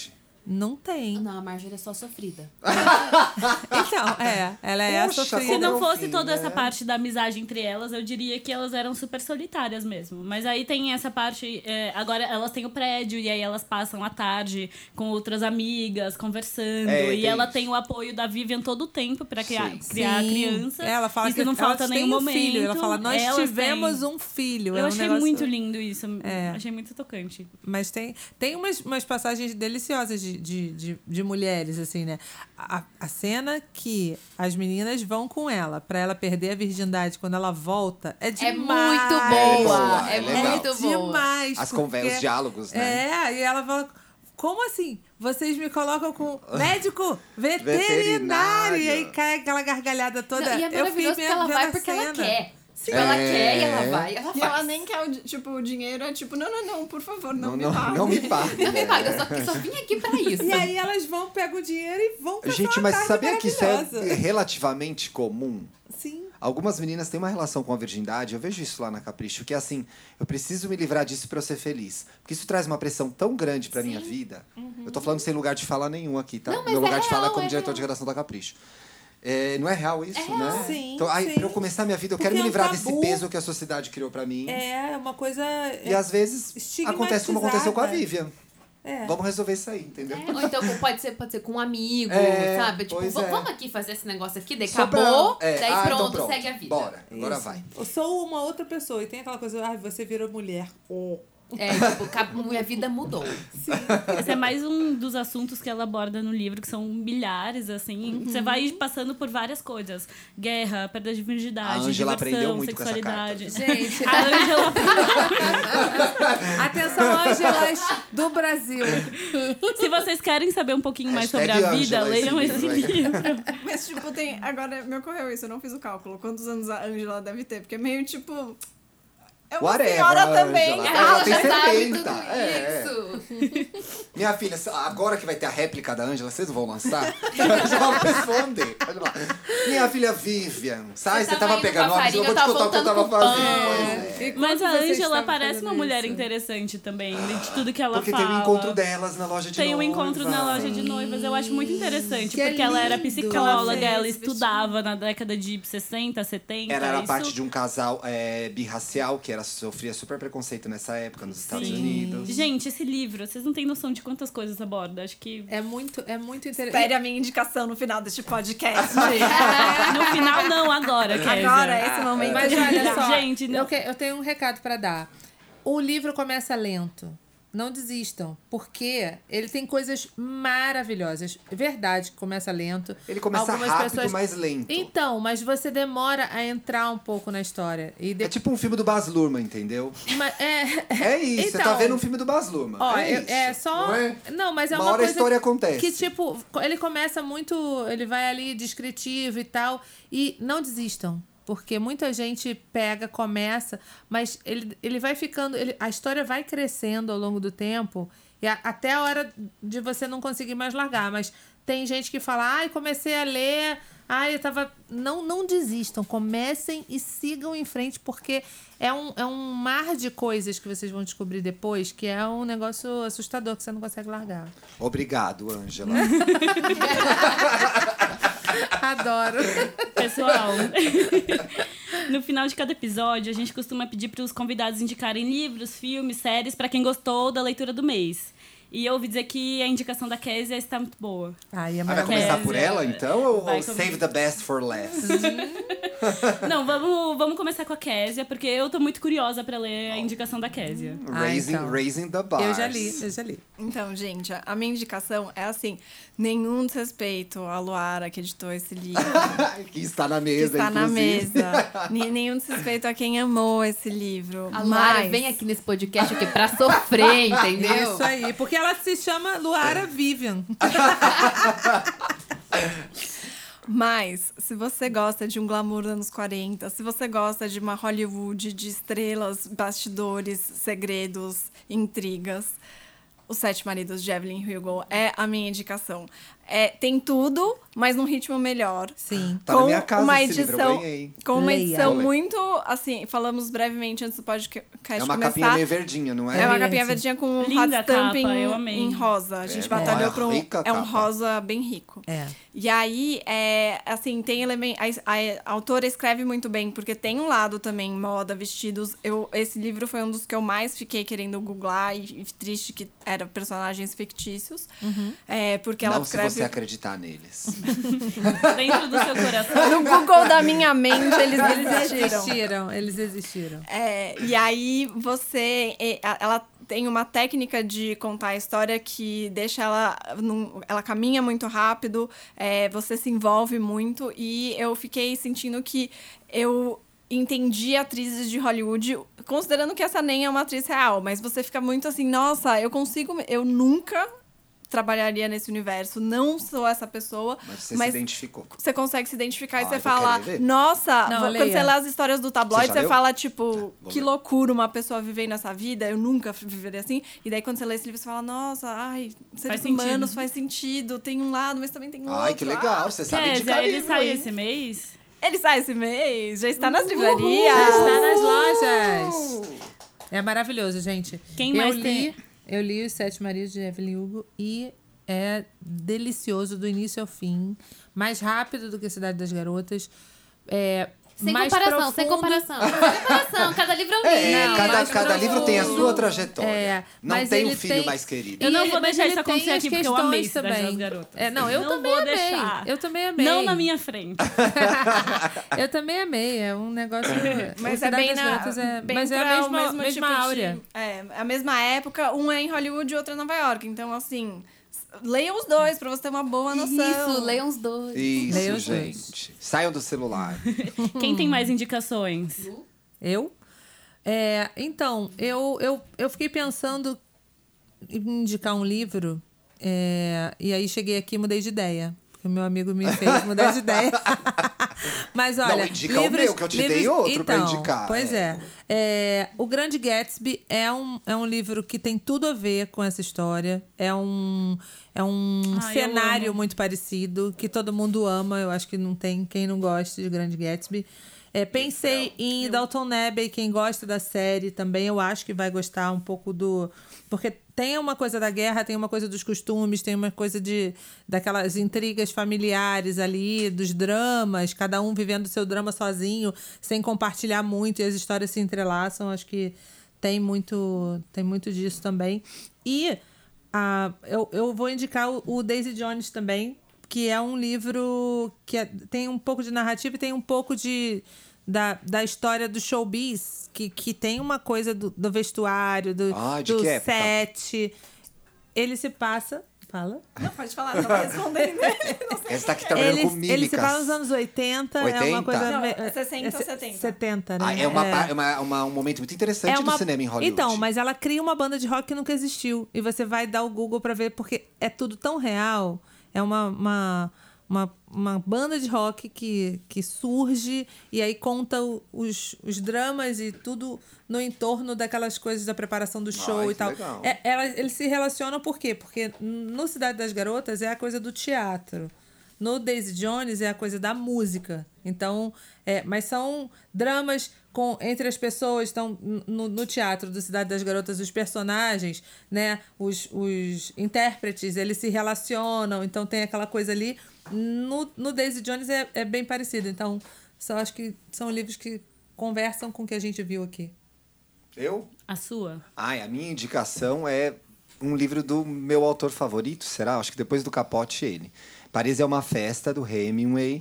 Não tem. Não, a Marjorie é só sofrida. Então, é. Ela é Poxa, a Se sofrida. não no fosse fim, toda né? essa parte da amizade entre elas, eu diria que elas eram super solitárias mesmo. Mas aí tem essa parte... é, agora elas têm o prédio e aí elas passam a tarde com outras amigas, conversando. É, e tem ela isso. tem o apoio da Vivian todo o tempo pra criar, Sim. criar Sim. criança. Ela fala Isso que não falta elas nenhum têm um momento. filho. Ela fala, nós Elas tivemos têm. um filho. Eu é um achei negócio... muito lindo isso. É. Achei muito tocante. Mas tem, tem umas, umas passagens deliciosas de, de, de, de mulheres, assim, né? A, a cena que as meninas vão com ela pra ela perder a virgindade quando ela volta é É demais. muito boa, boa. é É, legal. muito boa. demais. As porque- conversas, os diálogos, né? É, e ela fala... Como assim? Vocês me colocam com médico veterinário. Veterinário. E aí cai aquela gargalhada toda. Não, e é Eu maravilhoso fiquei porque ela vendo vai a porque ela cena. quer. Sim. Ela É. quer e ela vai, ela E ela faz. nem quer, o, di- tipo, o dinheiro é tipo, não, não, não, por favor, não, Não, me não, pague. não me pague. Não me paga, eu só, só vim aqui pra isso. E aí elas vão, pegam o dinheiro e vão passar Gente, uma mas tarde sabia que isso é maravilhosa. relativamente comum? Sim. Algumas meninas têm uma relação com a virgindade, eu vejo isso lá na Capricho, que é assim, eu preciso me livrar disso pra eu ser feliz. Porque isso traz uma pressão tão grande pra minha vida. Eu tô falando sem lugar de fala nenhum aqui, tá? Não, mas Meu é lugar de fala é real, como é diretor real. de redação da Capricho. É, não é real isso, É real. né? Sim, então, aí, sim. pra eu começar minha vida, eu quero Porque me é um livrar desse tabu. peso que a sociedade criou pra mim. É uma coisa. E às vezes acontece como aconteceu com a estigmatizada. Vivian. É. Vamos resolver isso aí, entendeu? É, ou então pode ser, pode ser com um amigo, É, sabe? Tipo, pois v- é. vamos aqui fazer esse negócio aqui, daí Só pra- acabou, é, daí ah, pronto, então segue a vida. Bora, agora Isso. vai. Eu sou uma outra pessoa e tem aquela coisa, ah, você virou mulher. Oh. É, tipo, ca- minha vida mudou. Esse é mais um dos assuntos que ela aborda no livro, que são milhares, assim. Você vai passando por várias coisas. Guerra, perda de virgindade, A Ângela aprendeu diversão, muito com essa sexualidade. Gente, A Ângela... atenção, Ângelas do Brasil. Se vocês querem saber um pouquinho mais sobre a Hashtag vida, Ângela, leiam esse esse livro aí. livro. Mas, tipo, tem... Agora, me ocorreu isso, eu não fiz o cálculo. Quantos anos a Ângela deve ter? Porque é meio, tipo... É uma Whatever, senhora Ângela. também. Ela Ela tem já sabe setenta, tudo é. isso. Minha filha, agora que vai ter a réplica da Ângela, vocês vão lançar? Já vão responder. Olha lá. Minha filha Vivian, sabe? Você, Você tava tava indo pegando pra óculos, eu farinha, vou te tava contar o que eu tava voltando com fazendo. pão. Pois é. E Mas a quando vocês Ângela estavam parece fazendo uma mulher isso? interessante também, de tudo que ela Porque fala. tem o encontro delas na loja de Tem um noivas. encontro na loja de noivas, eu acho muito interessante, Que porque ela era lindo. psicóloga, Ela ela fez estudava na década de sessenta, setenta. Ela era isso... parte de um casal é, birracial que era, sofria super preconceito nessa época nos Estados Sim. Unidos. Gente, esse livro, vocês não têm noção de quantas coisas aborda. Acho que É muito, é muito interessante. Espere a minha indicação no final deste podcast. no final não, agora, Kézia. Agora, é esse momento. Mas olha só, Gente, eu, não- que- eu tenho um recado pra dar. O livro começa lento. Não desistam, porque ele tem coisas maravilhosas. Verdade que começa lento. Ele começa Algumas rápido, pessoas- mas lento. Então, mas você demora a entrar um pouco na história. E de... É tipo um filme do Baz Luhrmann, entendeu? Mas- é... É isso, você tá Então, vendo um filme do Baz Luhrmann. Ó, é, eu- isso, é só. Não, é? Não, mas é Uma uma, hora a coisa história acontece. Que, tipo, ele começa muito. Ele vai ali descritivo e tal. E não desistam. Porque muita gente pega, começa, mas ele, ele vai ficando. Ele, a história vai crescendo ao longo do tempo. E a- até a hora de você não conseguir mais largar. Mas tem gente que fala, ai, comecei a ler. Ai, eu tava. Não, não desistam. Comecem e sigam em frente, porque é um, é um mar de coisas que vocês vão descobrir depois, que é um negócio assustador que você não consegue largar. Obrigado, Ângela. Adoro. Pessoal, no final de cada episódio, a gente costuma pedir para os convidados indicarem livros, filmes, séries para quem gostou da leitura do mês. E eu ouvi dizer que a indicação da Kézia está muito boa. Ai, é Ah, vai maravilhoso. começar por ela, então? Ou, Vai ou começar. save the best for last? Não, vamos, vamos começar com a Kézia, porque eu tô muito curiosa para ler a indicação da Kézia. Ah, raising, então. raising the bars. Eu já li, eu já li. Então, gente, a a minha indicação é assim: nenhum desrespeito à Luara que editou esse livro. que está na Que mesa, está na inclusive. mesa. Ni- Nenhum desrespeito a quem amou esse livro. A Luara Mas- vem aqui nesse podcast aqui pra sofrer, entendeu? Isso aí, porque ela se chama Luara Vivian. Mas, se você gosta de um glamour dos anos quarenta, se você gosta de uma Hollywood de estrelas, bastidores, segredos, intrigas, Os Sete Maridos de Evelyn Hugo é a minha indicação. É, tem tudo, mas num ritmo melhor. Sim. Tá com na minha casa uma esse livro, eu edição, ganhei. com uma Leia. edição Leia. muito, assim, falamos brevemente antes do podcast É uma começar. capinha meio verdinha, não é? É uma verde. capinha verdinha com um Linda hot stamp capa, em, eu amei. em rosa. A gente É, batalhou é para um... rica É um capa. rosa bem rico. É. E aí, é, assim, tem elemento... A, a autora escreve muito bem, porque tem um lado também, moda, vestidos. Eu, esse livro foi um dos que eu mais fiquei querendo googlar e, e triste que eram personagens fictícios. É, porque ela Não escreve... se você acreditar neles. Dentro do seu coração. No Google da minha mente, eles, Eles existiram. existiram, eles existiram. É, e aí você... é, a- Ela tem uma técnica de contar a história que deixa ela... num- ela caminha muito rápido, é, você se envolve muito. E eu fiquei sentindo que eu entendi atrizes de Hollywood, considerando que essa nem é uma atriz real. Mas você fica muito assim, nossa, eu consigo... Eu nunca trabalharia nesse universo, não sou essa pessoa. Mas você mas se identificou. você consegue se identificar Ah, e você eu vou fala, querer ver. nossa, Não, quando leia. você lê as histórias do tabloide, Você já você leu? fala, tipo, vou que ler. loucura uma pessoa viver nessa vida, eu nunca viveria assim. E daí, quando você lê esse livro, você fala, nossa, ai, seres Faz humanos sentido. faz sentido, tem um lado, mas também tem outro. Ai, que legal. Você sabe Kézia, indicar ele livro, sai hein? esse mês? Ah, ele sai esse mês, já está nas Já livrarias. está nas lojas. É maravilhoso, gente. Quem eu mais li, tem? Eu li Os Sete Maridos de Evelyn Hugo e é delicioso do início ao fim. Mais rápido do que Cidade das Garotas. É, Sem mais comparação, sem profundo. comparação. Sem comparação, cada livro é um É, livro. Não, cada, mais cada livro tem a sua profundo. trajetória. É, não mas tem um ele filho tem- mais querido. Eu não E vou ele- mas deixar ele isso tem acontecer as aqui, porque eu amei questões Cidade das também. Garotas. É, não, eu Não também vou amei. deixar. Eu também amei. Não na minha frente. Eu também amei. É um negócio. Mas o é Cidade bem das na, Garotas é, bem mas é a pra o mesma, mesmo mesma tipo áurea. De, é, a mesma época, um é em Hollywood e outro é em Nova York. Então, assim, leia os dois pra você ter uma boa noção. Isso, leiam os dois. Isso, Leia os gente. Saiam do celular. Quem tem mais indicações? Eu? É, então, eu, eu, eu fiquei pensando em indicar um livro, é, e aí cheguei aqui e mudei de ideia. Porque o meu amigo me fez mudar de ideia. Mas olha. Não, indica o meu, que eu te dei outro pra então, indicar. Pois é. É, O Grande Gatsby é um, é um livro que tem tudo a ver com essa história. É um, é um Ai, eu cenário amo. muito parecido, que todo mundo ama. Eu acho que não tem quem não goste de Grande Gatsby. É, pensei em Dalton Abbey, quem gosta da série também, eu acho que vai gostar um pouco do... Porque tem uma coisa da guerra, tem uma coisa dos costumes, tem uma coisa de daquelas intrigas familiares ali, dos dramas, cada um vivendo o seu drama sozinho, sem compartilhar muito, e as histórias se entrelaçam. Acho que tem muito, tem muito disso também. E ah, eu, eu vou indicar o, o Daisy Jones também, que é um livro que é- tem um pouco de narrativa e tem um pouco de, da, da história do showbiz, que, que tem uma coisa do, do vestuário, do, Ah, de do que época? set. Ele se passa... Fala. Não, pode falar, tava respondendo. Essa tá aqui trabalhando Ele, com mímicas. ele se passa nos anos oitenta, é uma oitenta? coisa... Não, me- é sessenta ou é setenta. setenta, né? Ah, é, uma, pa- é uma- uma- um momento muito interessante do cinema em Hollywood. Então, mas ela cria uma banda de rock que nunca existiu. E você vai dar o Google pra ver, porque é tudo tão real. É uma, uma, uma, uma banda de rock que, que surge e aí conta o- os, os dramas e tudo no entorno daquelas coisas da preparação do show Ai, e que tal. legal. É, ela, eles se relacionam por quê? Porque no Cidade das Garotas é a coisa do teatro. No Daisy Jones é a coisa da música. Então, é, mas são dramas com, entre as pessoas. Então, no, no teatro do Cidade das Garotas, os personagens, né, os, os intérpretes, eles se relacionam. Então, tem aquela coisa ali. No, no Daisy Jones é, é bem parecido. Então, só acho que são livros que conversam com o que a gente viu aqui. Eu? A sua? Ai, a minha indicação é um livro do meu autor favorito, será? Acho que depois do Capote, ele. Paris é uma festa, do Hemingway.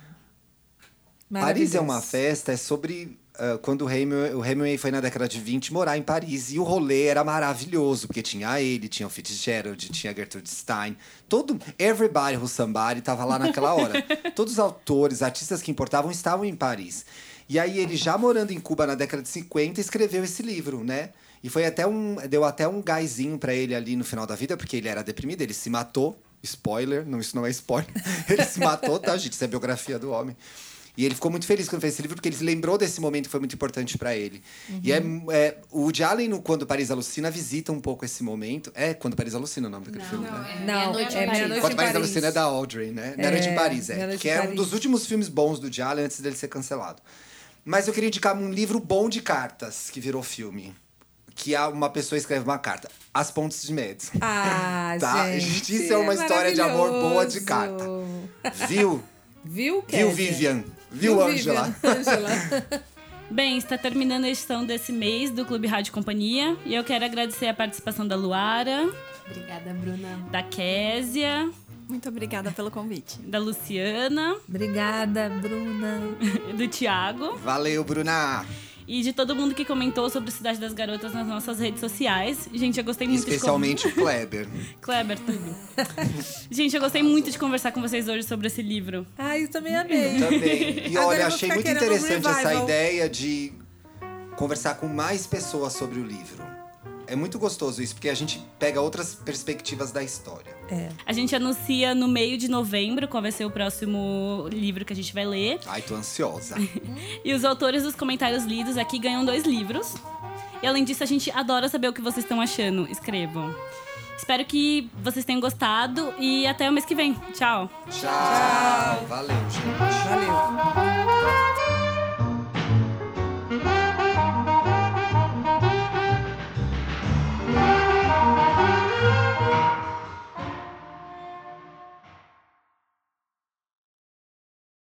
Paris é uma festa, é sobre uh, quando o Hemingway, o Hemingway foi na década de vinte morar em Paris. E o rolê era maravilhoso, porque tinha ele, tinha o Fitzgerald, tinha a Gertrude Stein. Todo, everybody who somebody estava lá naquela hora. Todos os autores, artistas que importavam estavam em Paris. E aí ele, já morando em Cuba na década de cinquenta, escreveu esse livro, né? E foi até um, deu até um gásinho pra ele ali no final da vida, porque ele era deprimido, ele se matou. Spoiler, não, isso não é spoiler. Ele se matou, tá, gente? Isso é a biografia do homem. E ele ficou muito feliz quando fez esse livro, porque ele se lembrou desse momento que foi muito importante para ele. Uhum. E é, é, o Woody Allen, no Quando Paris Alucina, visita um pouco esse momento. É Quando Paris Alucina o nome daquele não, filme, não, né? É não, Meia Noite é em Paris. Meia Quando Paris Paris. Alucina é da Audrey, né? Meia Noite em Paris, é. Noite Que em é Paris. um dos últimos filmes bons do Woody Allen antes dele ser cancelado. Mas eu queria indicar um livro bom de cartas, que virou filme. Que uma pessoa escreve uma carta. As Pontes de Madison. Ah, tá? gente. Isso é uma história de amor boa de carta. Viu? Viu, Kézia? Viu, Vivian? Viu, Ângela? Bem, está terminando a edição desse mês do Clube Rádio Companhia. E eu quero agradecer a participação da Luara. Obrigada, Bruna. Da Kézia. Muito obrigada pelo convite. Da Luciana. Obrigada, Bruna. Do Thiago. Valeu, Bruna. E de todo mundo que comentou sobre Cidade das Garotas nas nossas redes sociais. Gente, eu gostei muito Especialmente de... o Kleber. Kleber, tudo. Gente, eu gostei muito de conversar com vocês hoje sobre esse livro. Ah, isso também amei. Também. E Agora olha, eu vou achei ficar muito querendo um interessante essa revival. ideia de conversar com mais pessoas sobre o livro. É muito gostoso isso, porque a gente pega outras perspectivas da história. É. A gente anuncia no meio de novembro qual vai ser o próximo livro que a gente vai ler. Ai, tô ansiosa. E os autores dos comentários lidos aqui ganham dois livros. E além disso, a gente adora saber o que vocês estão achando. Escrevam. Espero que vocês tenham gostado e até o mês que vem. Tchau. Tchau. Valeu, gente. Valeu.